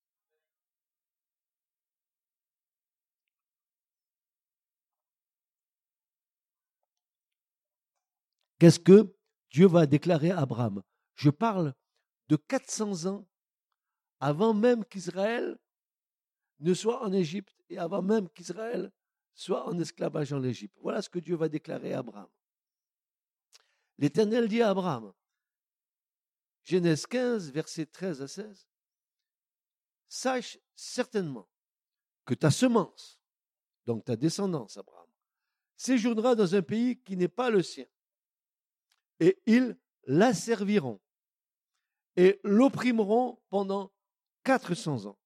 Qu'est-ce que Dieu va déclarer à Abraham? Je parle de 400 ans avant même qu'Israël ne soit en Égypte et avant même qu'Israël soit en esclavage en Égypte. Voilà ce que Dieu va déclarer à Abraham. L'Éternel dit à Abraham, Genèse 15, versets 13 à 16, sache certainement que ta semence, donc ta descendance, Abraham, séjournera dans un pays qui n'est pas le sien. Et ils l'asserviront et l'opprimeront pendant 400 ans.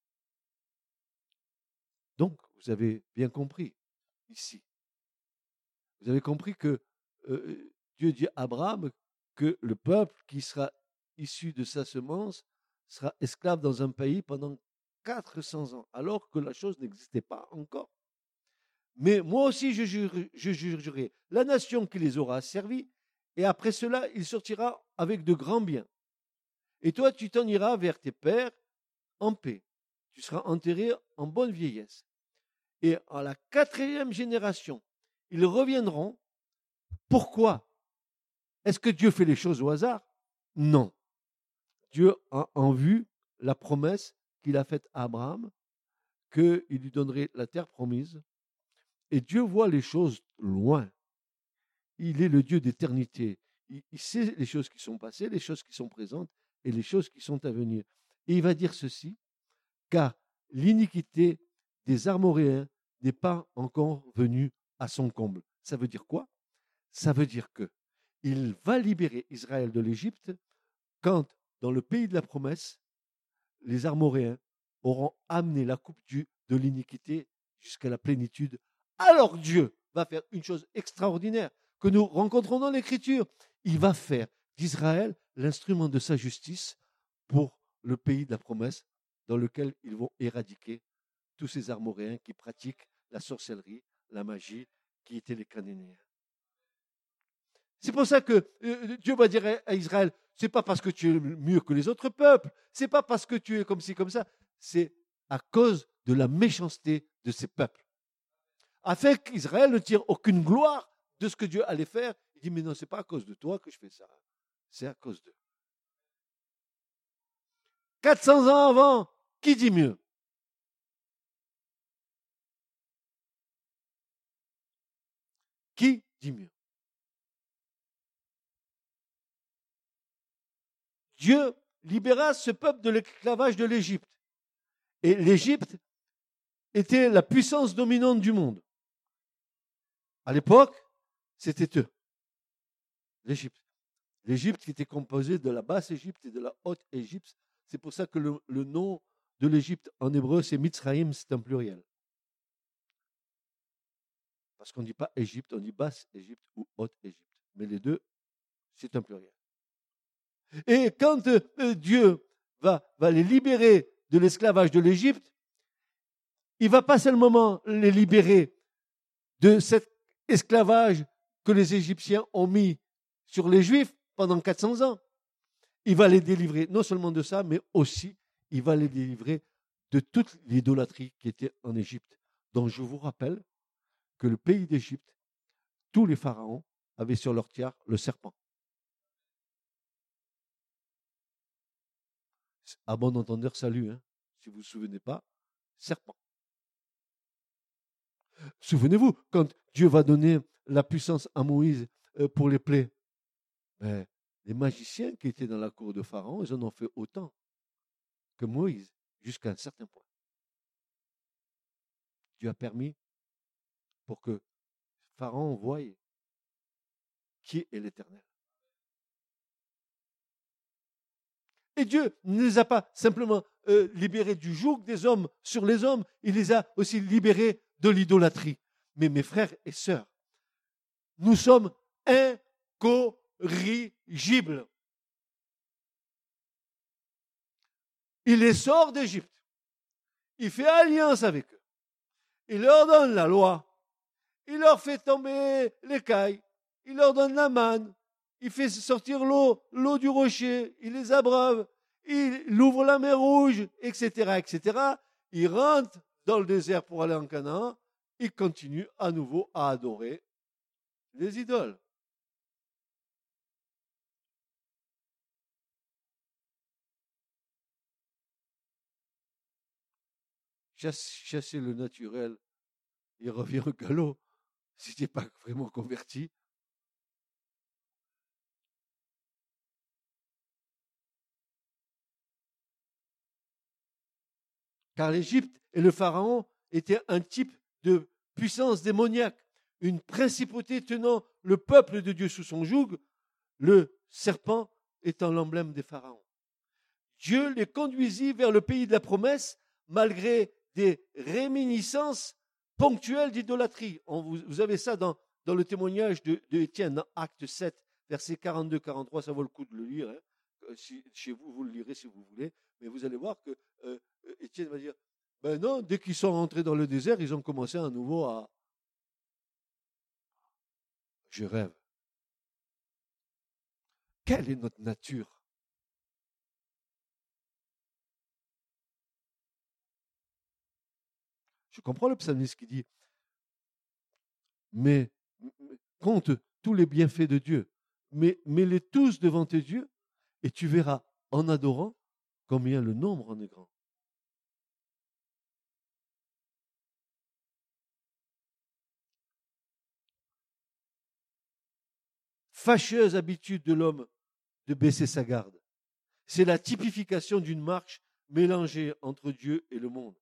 Donc, vous avez bien compris ici. Vous avez compris que Dieu dit à Abraham que le peuple qui sera issu de sa semence sera esclave dans un pays pendant 400 ans, alors que la chose n'existait pas encore. Mais moi aussi, je jurerai la nation qui les aura servis, et après cela, il sortira avec de grands biens. Et toi, tu t'en iras vers tes pères en paix. Tu seras enterré en bonne vieillesse. Et à la 4e génération, ils reviendront. Pourquoi? Est-ce que Dieu fait les choses au hasard? Non. Dieu a en vue la promesse qu'il a faite à Abraham, qu'il lui donnerait la terre promise. Et Dieu voit les choses loin. Il est le Dieu d'éternité. Il sait les choses qui sont passées, les choses qui sont présentes et les choses qui sont à venir. Et il va dire ceci, car l'iniquité des Amoréens n'est pas encore venue à son comble. Ça veut dire quoi? Ça veut dire que il va libérer Israël de l'Égypte quand, dans le pays de la promesse, les Amoréens auront amené la coupe de l'iniquité jusqu'à la plénitude. Alors Dieu va faire une chose extraordinaire que nous rencontrons dans l'Écriture. Il va faire d'Israël l'instrument de sa justice pour le pays de la promesse dans lequel ils vont éradiquer tous ces Amoréens qui pratiquent la sorcellerie, la magie, qui étaient les Cananéens. C'est pour ça que Dieu va dire à Israël, c'est pas parce que tu es mieux que les autres peuples, c'est pas parce que tu es comme ci, comme ça, c'est à cause de la méchanceté de ces peuples. afin qu'Israël ne tire aucune gloire de ce que Dieu allait faire. Il dit, mais non, ce n'est pas à cause de toi que je fais ça. C'est à cause d'eux. 400 ans avant, qui dit mieux? Qui dit mieux? Dieu libéra ce peuple de l'esclavage de l'Égypte. Et l'Égypte était la puissance dominante du monde. À l'époque, c'était eux, l'Égypte. L'Égypte qui était composée de la basse Égypte et de la haute Égypte. C'est pour ça que le nom de l'Égypte en hébreu, c'est Mitzraïm, c'est un pluriel. Parce qu'on ne dit pas Égypte, on dit basse Égypte ou haute Égypte. Mais les deux, c'est un pluriel. Et quand Dieu va les libérer de l'esclavage de l'Égypte, il ne va pas seulement les libérer de cet esclavage que les Égyptiens ont mis sur les Juifs pendant 400 ans. Il va les délivrer non seulement de ça, mais aussi il va les délivrer de toute l'idolâtrie qui était en Égypte. Donc je vous rappelle que le pays d'Égypte, tous les pharaons avaient sur leur tiare le serpent. À bon entendeur, salut, hein, si vous ne vous souvenez pas, serpent. Souvenez-vous, quand Dieu va donner la puissance à Moïse pour les plaies, ben, les magiciens qui étaient dans la cour de Pharaon, ils en ont fait autant que Moïse, jusqu'à un certain point. Dieu a permis pour que Pharaon voie qui est l'Éternel. Et Dieu ne les a pas simplement libérés du joug des hommes sur les hommes, il les a aussi libérés de l'idolâtrie. Mais mes frères et sœurs, nous sommes incorrigibles. Il les sort d'Égypte. Il fait alliance avec eux. Il leur donne la loi. Il leur fait tomber l'écaille. Il leur donne la manne. Il fait sortir l'eau du rocher. Il les abreuve. Il ouvre la mer Rouge, etc., etc. Il rentre dans le désert pour aller en Canaan. Il continue à nouveau à adorer les idoles. Chasser le naturel, il revient au galop. Si tu n'es pas vraiment converti, car l'Égypte et le Pharaon étaient un type de puissance démoniaque, une principauté tenant le peuple de Dieu sous son joug, le serpent étant l'emblème des pharaons. Dieu les conduisit vers le pays de la promesse malgré des réminiscences ponctuelles d'idolâtrie. Vous avez ça dans le témoignage de Étienne, dans Acte 7, versets 42-43, ça vaut le coup de le lire. Hein. Chez vous, vous le lirez si vous voulez, mais vous allez voir que Étienne va dire, ben non, dès qu'ils sont rentrés dans le désert, ils ont commencé à nouveau à... Je rêve. Quelle est notre nature? Je comprends le psalmiste qui dit, mais compte tous les bienfaits de Dieu, mais mets-les tous devant tes yeux, et tu verras en adorant combien le nombre en est grand. Fâcheuse habitude de l'homme de baisser sa garde. C'est la typification d'une marche mélangée entre Dieu et le monde.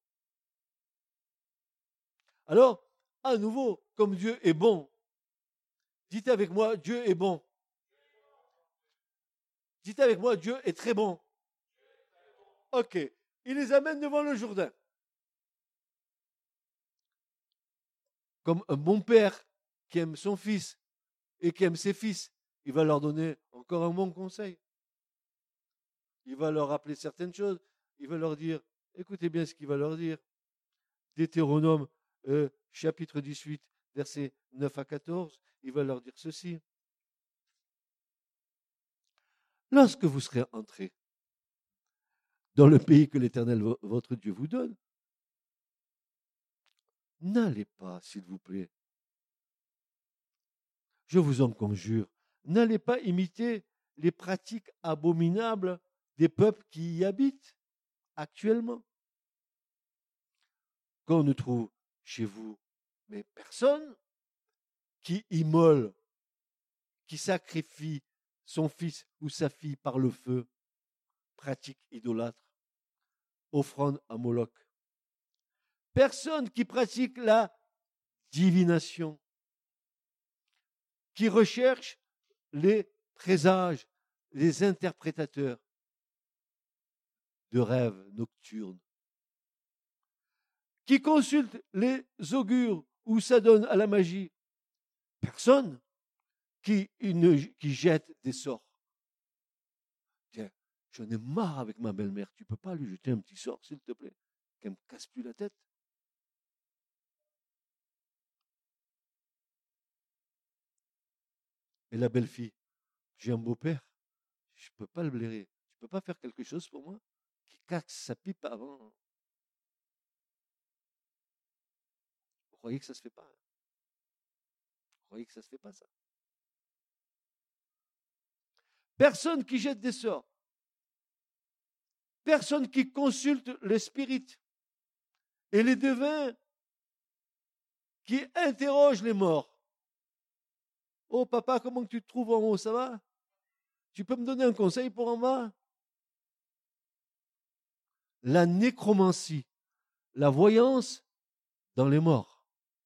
Alors, à nouveau, comme Dieu est bon, dites avec moi, Dieu est bon. Dites avec moi, Dieu est très bon. Ok, il les amène devant le Jourdain. Comme un bon père qui aime son fils et qui aime ses fils, il va leur donner encore un bon conseil. Il va leur rappeler certaines choses. Il va leur dire, écoutez bien ce qu'il va leur dire. Deutéronome, chapitre 18, versets 9 à 14, il va leur dire ceci. Lorsque vous serez entrés dans le pays que l'Éternel, votre Dieu, vous donne, n'allez pas, s'il vous plaît, je vous en conjure, n'allez pas imiter les pratiques abominables des peuples qui y habitent actuellement. Qu'on ne trouve chez vous, mais personne qui immole, qui sacrifie son fils ou sa fille par le feu, pratique idolâtre, offrande à Moloch. Personne qui pratique la divination, qui recherche les présages, les interprétateurs de rêves nocturnes, qui consulte les augures ou s'adonne à la magie. Personne qui jette des sorts. Tiens, j'en ai marre avec ma belle-mère. Tu peux pas lui jeter un petit sort, s'il te plaît, qu'elle me casse plus la tête. Et la belle-fille, j'ai un beau-père, je peux pas le blairer. Tu peux pas faire quelque chose pour moi qui casse sa pipe avant. Vous croyez que ça se fait pas? Vous croyez que ça se fait pas, ça? Personne qui jette des sorts. Personne qui consulte les spirites et les devins qui interrogent les morts. Oh papa, comment tu te trouves en haut, ça va? Tu peux me donner un conseil pour en bas? La nécromancie, la voyance dans les morts.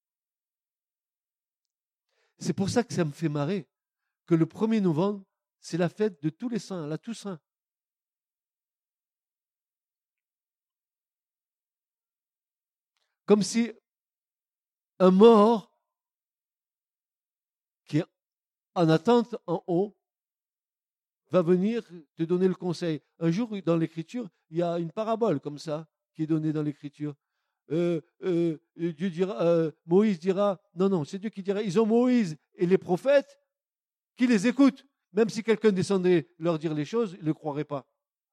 C'est pour ça que ça me fait marrer que le 1er novembre, c'est la fête de tous les saints, la Toussaint. Comme si un mort qui est en attente en haut va venir te donner le conseil. Un jour, dans l'Écriture, il y a une parabole comme ça qui est donnée dans l'Écriture. Dieu dira, Moïse dira, non, c'est Dieu qui dira, ils ont Moïse et les prophètes qui les écoutent. Même si quelqu'un descendait leur dire les choses, ils ne le croiraient pas.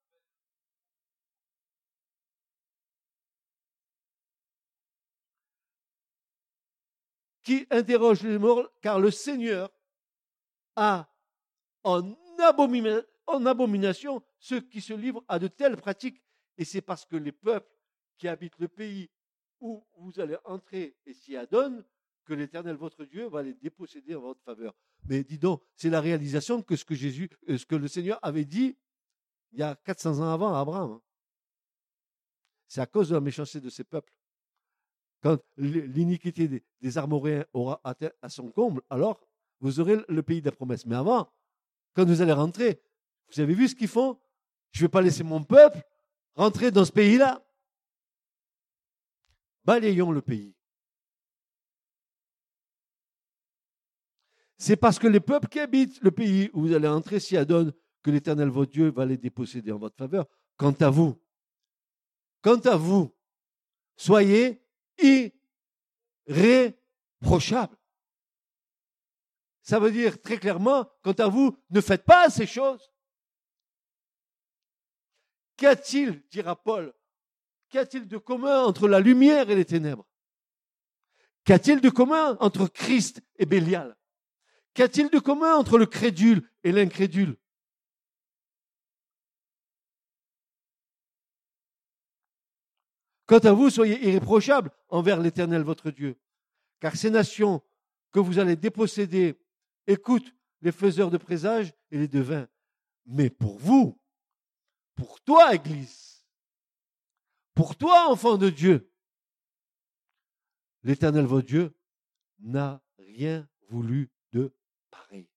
Qui interroge les morts, car le Seigneur a en abomination ceux qui se livrent à de telles pratiques. Et c'est parce que les peuples qui habitent le pays où vous allez entrer et s'y adonnent que l'Éternel, votre Dieu, va les déposséder en votre faveur. Mais dis donc, c'est la réalisation que ce que le Seigneur avait dit il y a 400 ans avant à Abraham. C'est à cause de la méchanceté de ces peuples. Quand l'iniquité des Amoréens aura atteint à son comble, alors vous aurez le pays de la promesse. Mais avant, quand vous allez rentrer, vous avez vu ce qu'ils font? Je ne vais pas laisser mon peuple rentrer dans ce pays-là. Balayons le pays. C'est parce que les peuples qui habitent le pays où vous allez entrer s'y adonnent que l'Éternel votre Dieu va les déposséder en votre faveur. Quant à vous, soyez irréprochables. Ça veut dire très clairement, quant à vous, ne faites pas ces choses. Qu'y a-t-il, dira Paul, qu'y a-t-il de commun entre la lumière et les ténèbres? Qu'y a-t-il de commun entre Christ et Bélial? Qu'y a-t-il de commun entre le crédule et l'incrédule? Quant à vous, soyez irréprochables envers l'Éternel votre Dieu, car ces nations que vous allez déposséder écoutent les faiseurs de présages et les devins. Mais pour vous, pour toi, Église, pour toi, enfant de Dieu, l'Éternel votre Dieu n'a rien voulu de pareil.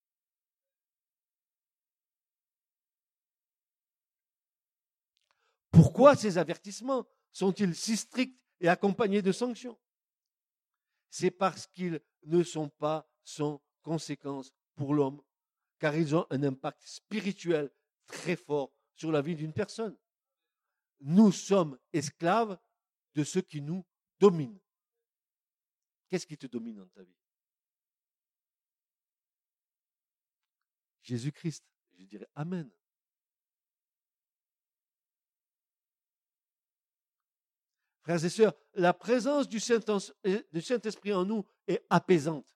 Pourquoi ces avertissements sont-ils si stricts et accompagnés de sanctions? C'est parce qu'ils ne sont pas sans conséquences pour l'homme, car ils ont un impact spirituel très fort sur la vie d'une personne. Nous sommes esclaves de ceux qui nous dominent. Qu'est-ce qui te domine dans ta vie? Jésus-Christ. Je dirais Amen. Frères et sœurs, la présence du Saint-Esprit en nous est apaisante.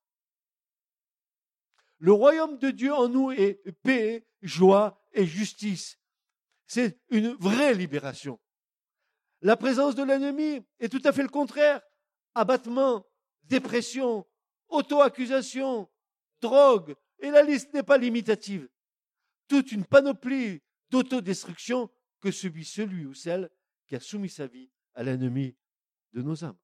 Le royaume de Dieu en nous est paix, joie et justice. C'est une vraie libération. La présence de l'ennemi est tout à fait le contraire. Abattement, dépression, auto-accusation, drogue, et la liste n'est pas limitative. Toute une panoplie d'autodestruction que subit celui ou celle qui a soumis sa vie à l'ennemi de nos âmes.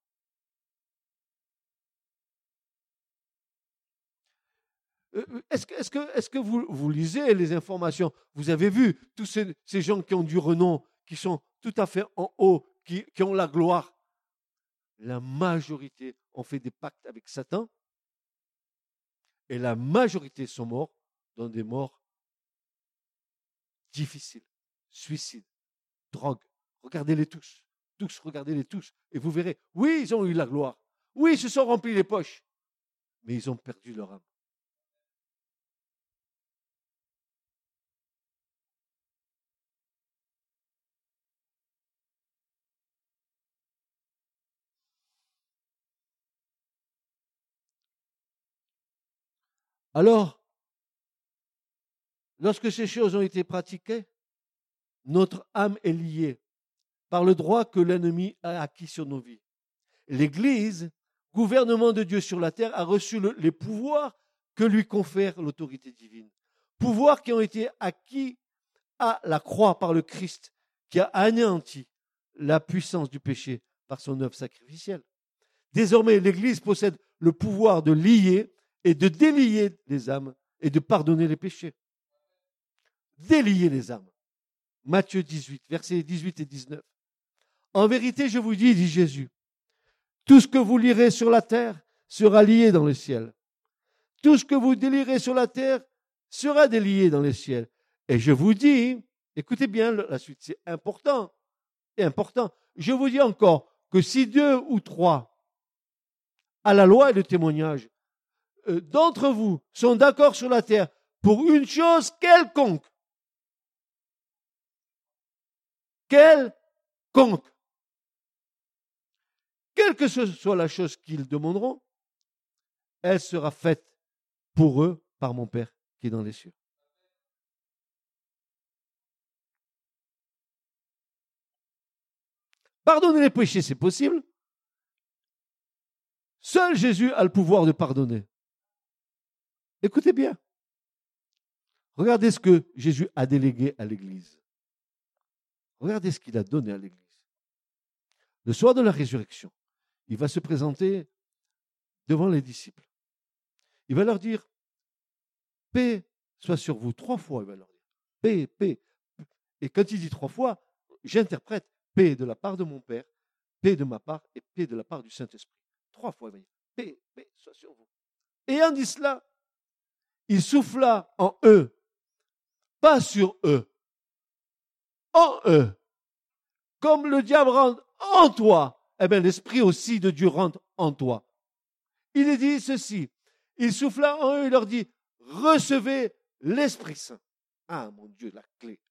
Est-ce que vous lisez les informations? Vous avez vu tous ces gens qui ont du renom, qui sont tout à fait en haut, qui ont la gloire. La majorité ont fait des pactes avec Satan et la majorité sont morts dans des morts difficiles. Suicide, drogue. Regardez-les tous. Regardez-les tous. Et vous verrez, oui, ils ont eu la gloire. Oui, ils se sont remplis les poches. Mais ils ont perdu leur âme. Alors, lorsque ces choses ont été pratiquées, notre âme est liée par le droit que l'ennemi a acquis sur nos vies. L'Église, gouvernement de Dieu sur la terre, a reçu les pouvoirs que lui confère l'autorité divine. Pouvoirs qui ont été acquis à la croix par le Christ, qui a anéanti la puissance du péché par son œuvre sacrificielle. Désormais, l'Église possède le pouvoir de lier et de délier les âmes et de pardonner les péchés. Délier les âmes. Matthieu 18, versets 18 et 19. En vérité, je vous dis, dit Jésus, tout ce que vous lirez sur la terre sera lié dans le ciel. Tout ce que vous délirez sur la terre sera délié dans les ciels. Et je vous dis, écoutez bien la suite, c'est important, et important. Je vous dis encore que si 2 ou 3, à la loi et le témoignage, d'entre vous sont d'accord sur la terre pour une chose quelconque, quelle que ce soit la chose qu'ils demanderont, elle sera faite pour eux par mon Père qui est dans les cieux. Pardonner les péchés, c'est possible. Seul Jésus a le pouvoir de pardonner. Écoutez bien. Regardez ce que Jésus a délégué à l'Église. Regardez ce qu'il a donné à l'Église. Le soir de la résurrection, il va se présenter devant les disciples. Il va leur dire, paix soit sur vous. 3 fois, il va leur dire. Paix, paix. Et quand il dit 3 fois, j'interprète paix de la part de mon Père, paix de ma part et paix de la part du Saint-Esprit. 3 fois, il va dire, paix, paix soit sur vous. Ayant dit cela, il souffla en eux, pas sur eux, en eux. Comme le diable rentre en toi, eh bien l'Esprit aussi de Dieu rentre en toi. Il est dit ceci, il souffla en eux, il leur dit, recevez l'Esprit Saint. Ah mon Dieu, la clé.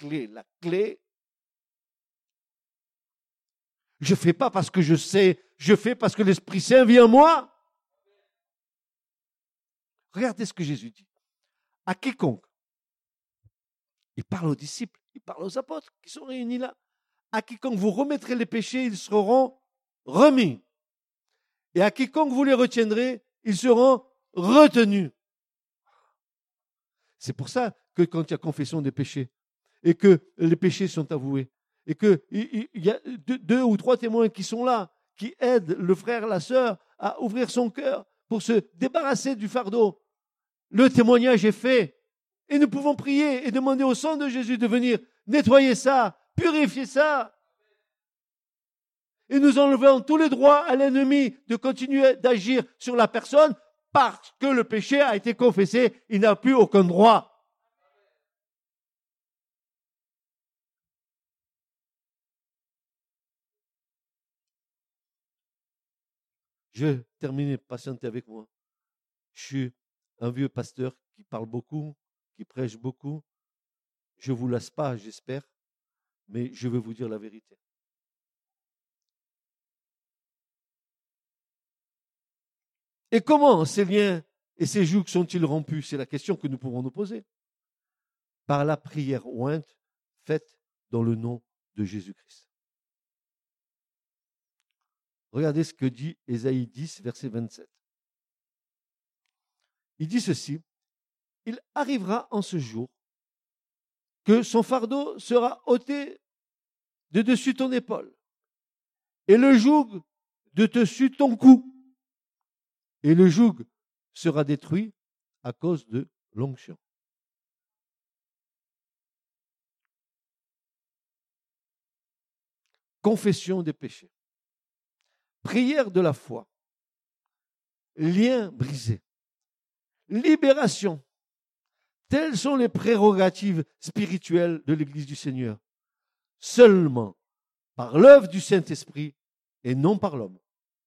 Je ne fais pas parce que je sais, je fais parce que l'Esprit Saint vient en moi. Regardez ce que Jésus dit. À quiconque, il parle aux disciples, il parle aux apôtres qui sont réunis là. À quiconque vous remettrez les péchés, ils seront remis. Et à quiconque vous les retiendrez, ils seront retenus. C'est pour ça que quand il y a confession des péchés, et que les péchés sont avoués, et qu'il y a 2 ou 3 témoins qui sont là, qui aident le frère, la sœur à ouvrir son cœur pour se débarrasser du fardeau, le témoignage est fait. Et nous pouvons prier et demander au sang de Jésus de venir nettoyer ça, purifier ça. Et nous enlevons tous les droits à l'ennemi de continuer d'agir sur la personne parce que le péché a été confessé, il n'a plus aucun droit. Je vais terminer, patientez avec moi. Je suis un vieux pasteur qui parle beaucoup, qui prêche beaucoup. Je ne vous lasse pas, j'espère, mais je vais vous dire la vérité. Et comment ces liens et ces jougs sont-ils rompus? C'est la question que nous pouvons nous poser. Par la prière ointe faite dans le nom de Jésus-Christ. Regardez ce que dit Ésaïe 10, verset 27. Il dit ceci: il arrivera en ce jour que son fardeau sera ôté de dessus ton épaule, et le joug de dessus ton cou, et le joug sera détruit à cause de l'onction. Confession des péchés, prière de la foi, lien brisé, libération. Telles sont les prérogatives spirituelles de l'Église du Seigneur. Seulement par l'œuvre du Saint-Esprit et non par l'homme.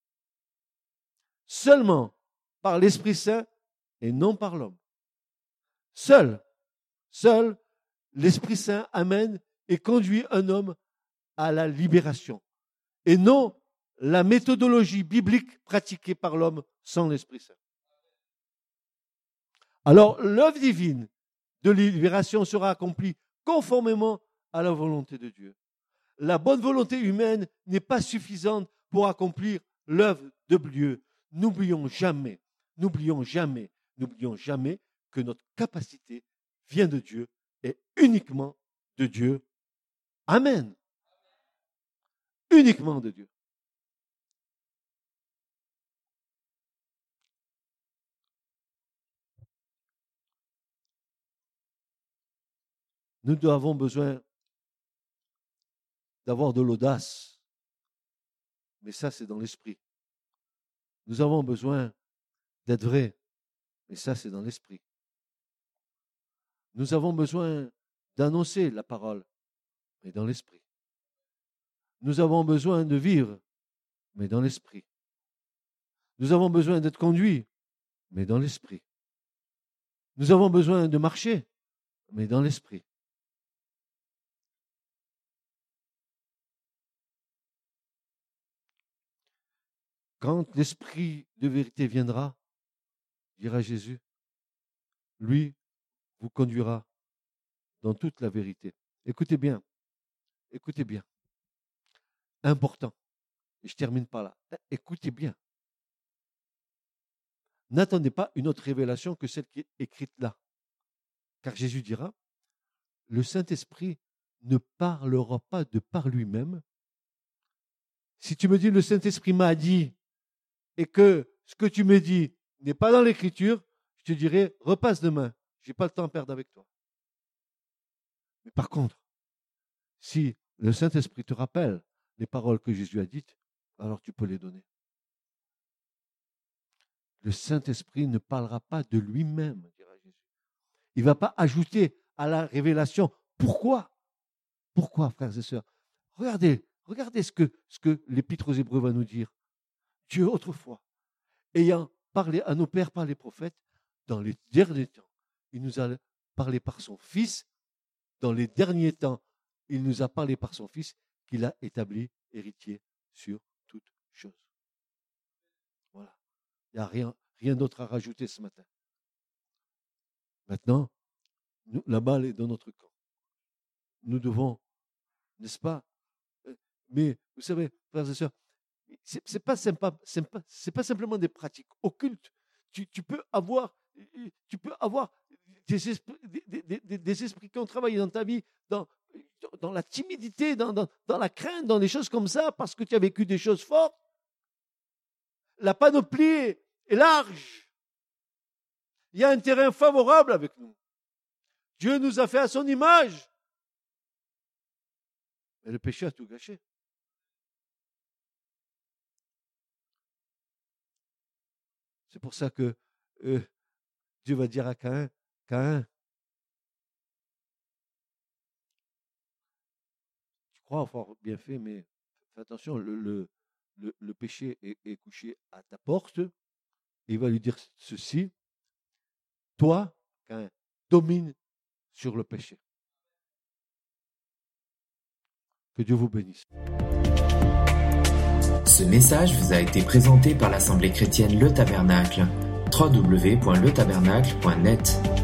Seulement par l'Esprit Saint et non par l'homme. Seul l'Esprit Saint amène et conduit un homme à la libération. Et non la méthodologie biblique pratiquée par l'homme sans l'Esprit Saint. Alors, l'œuvre divine de libération sera accomplie conformément à la volonté de Dieu. La bonne volonté humaine n'est pas suffisante pour accomplir l'œuvre de Dieu. N'oublions jamais que notre capacité vient de Dieu et uniquement de Dieu. Amen. Uniquement de Dieu. Nous avons besoin d'avoir de l'audace, mais ça c'est dans l'esprit. Nous avons besoin d'être vrais, mais ça c'est dans l'esprit. Nous avons besoin d'annoncer la parole, mais dans l'esprit. Nous avons besoin de vivre, mais dans l'esprit. Nous avons besoin d'être conduits, mais dans l'esprit. Nous avons besoin de marcher, mais dans l'esprit. Quand l'esprit de vérité viendra, dira Jésus, lui vous conduira dans toute la vérité. Écoutez bien. Important. Et je termine par là. Écoutez bien. N'attendez pas une autre révélation que celle qui est écrite là. Car Jésus dira, le Saint-Esprit ne parlera pas de par lui-même. Si tu me dis, le Saint-Esprit m'a dit, et que ce que tu me dis n'est pas dans l'Écriture, je te dirai, repasse demain. Je n'ai pas le temps à perdre avec toi. Mais par contre, si le Saint-Esprit te rappelle les paroles que Jésus a dites, alors tu peux les donner. Le Saint-Esprit ne parlera pas de lui-même, dira Jésus. Il ne va pas ajouter à la révélation. Pourquoi? Pourquoi, frères et sœurs? Regardez ce que l'Épître aux Hébreux va nous dire. Dieu, autrefois, ayant parlé à nos pères par les prophètes, dans les derniers temps, il nous a parlé par son Fils. Dans les derniers temps, il nous a parlé par son Fils qu'il a établi héritier sur toute chose. Voilà. Il n'y a rien d'autre à rajouter ce matin. Maintenant, la balle est dans notre camp. Nous devons, n'est-ce pas? Mais vous savez, frères et sœurs, c'est pas simplement des pratiques occultes. Tu peux avoir des esprits qui ont travaillé dans ta vie, dans la timidité, dans la crainte, dans des choses comme ça, parce que tu as vécu des choses fortes. La panoplie est large. Il y a un terrain favorable avec nous. Dieu nous a fait à son image. Mais le péché a tout gâché. C'est pour ça que Dieu va dire à Caïn, Caïn, tu crois avoir bien fait, mais fais attention, le péché est couché à ta porte. Et il va lui dire ceci, toi, Caïn, domine sur le péché. Que Dieu vous bénisse. Ce message vous a été présenté par l'Assemblée chrétienne Le Tabernacle. www.letabernacle.net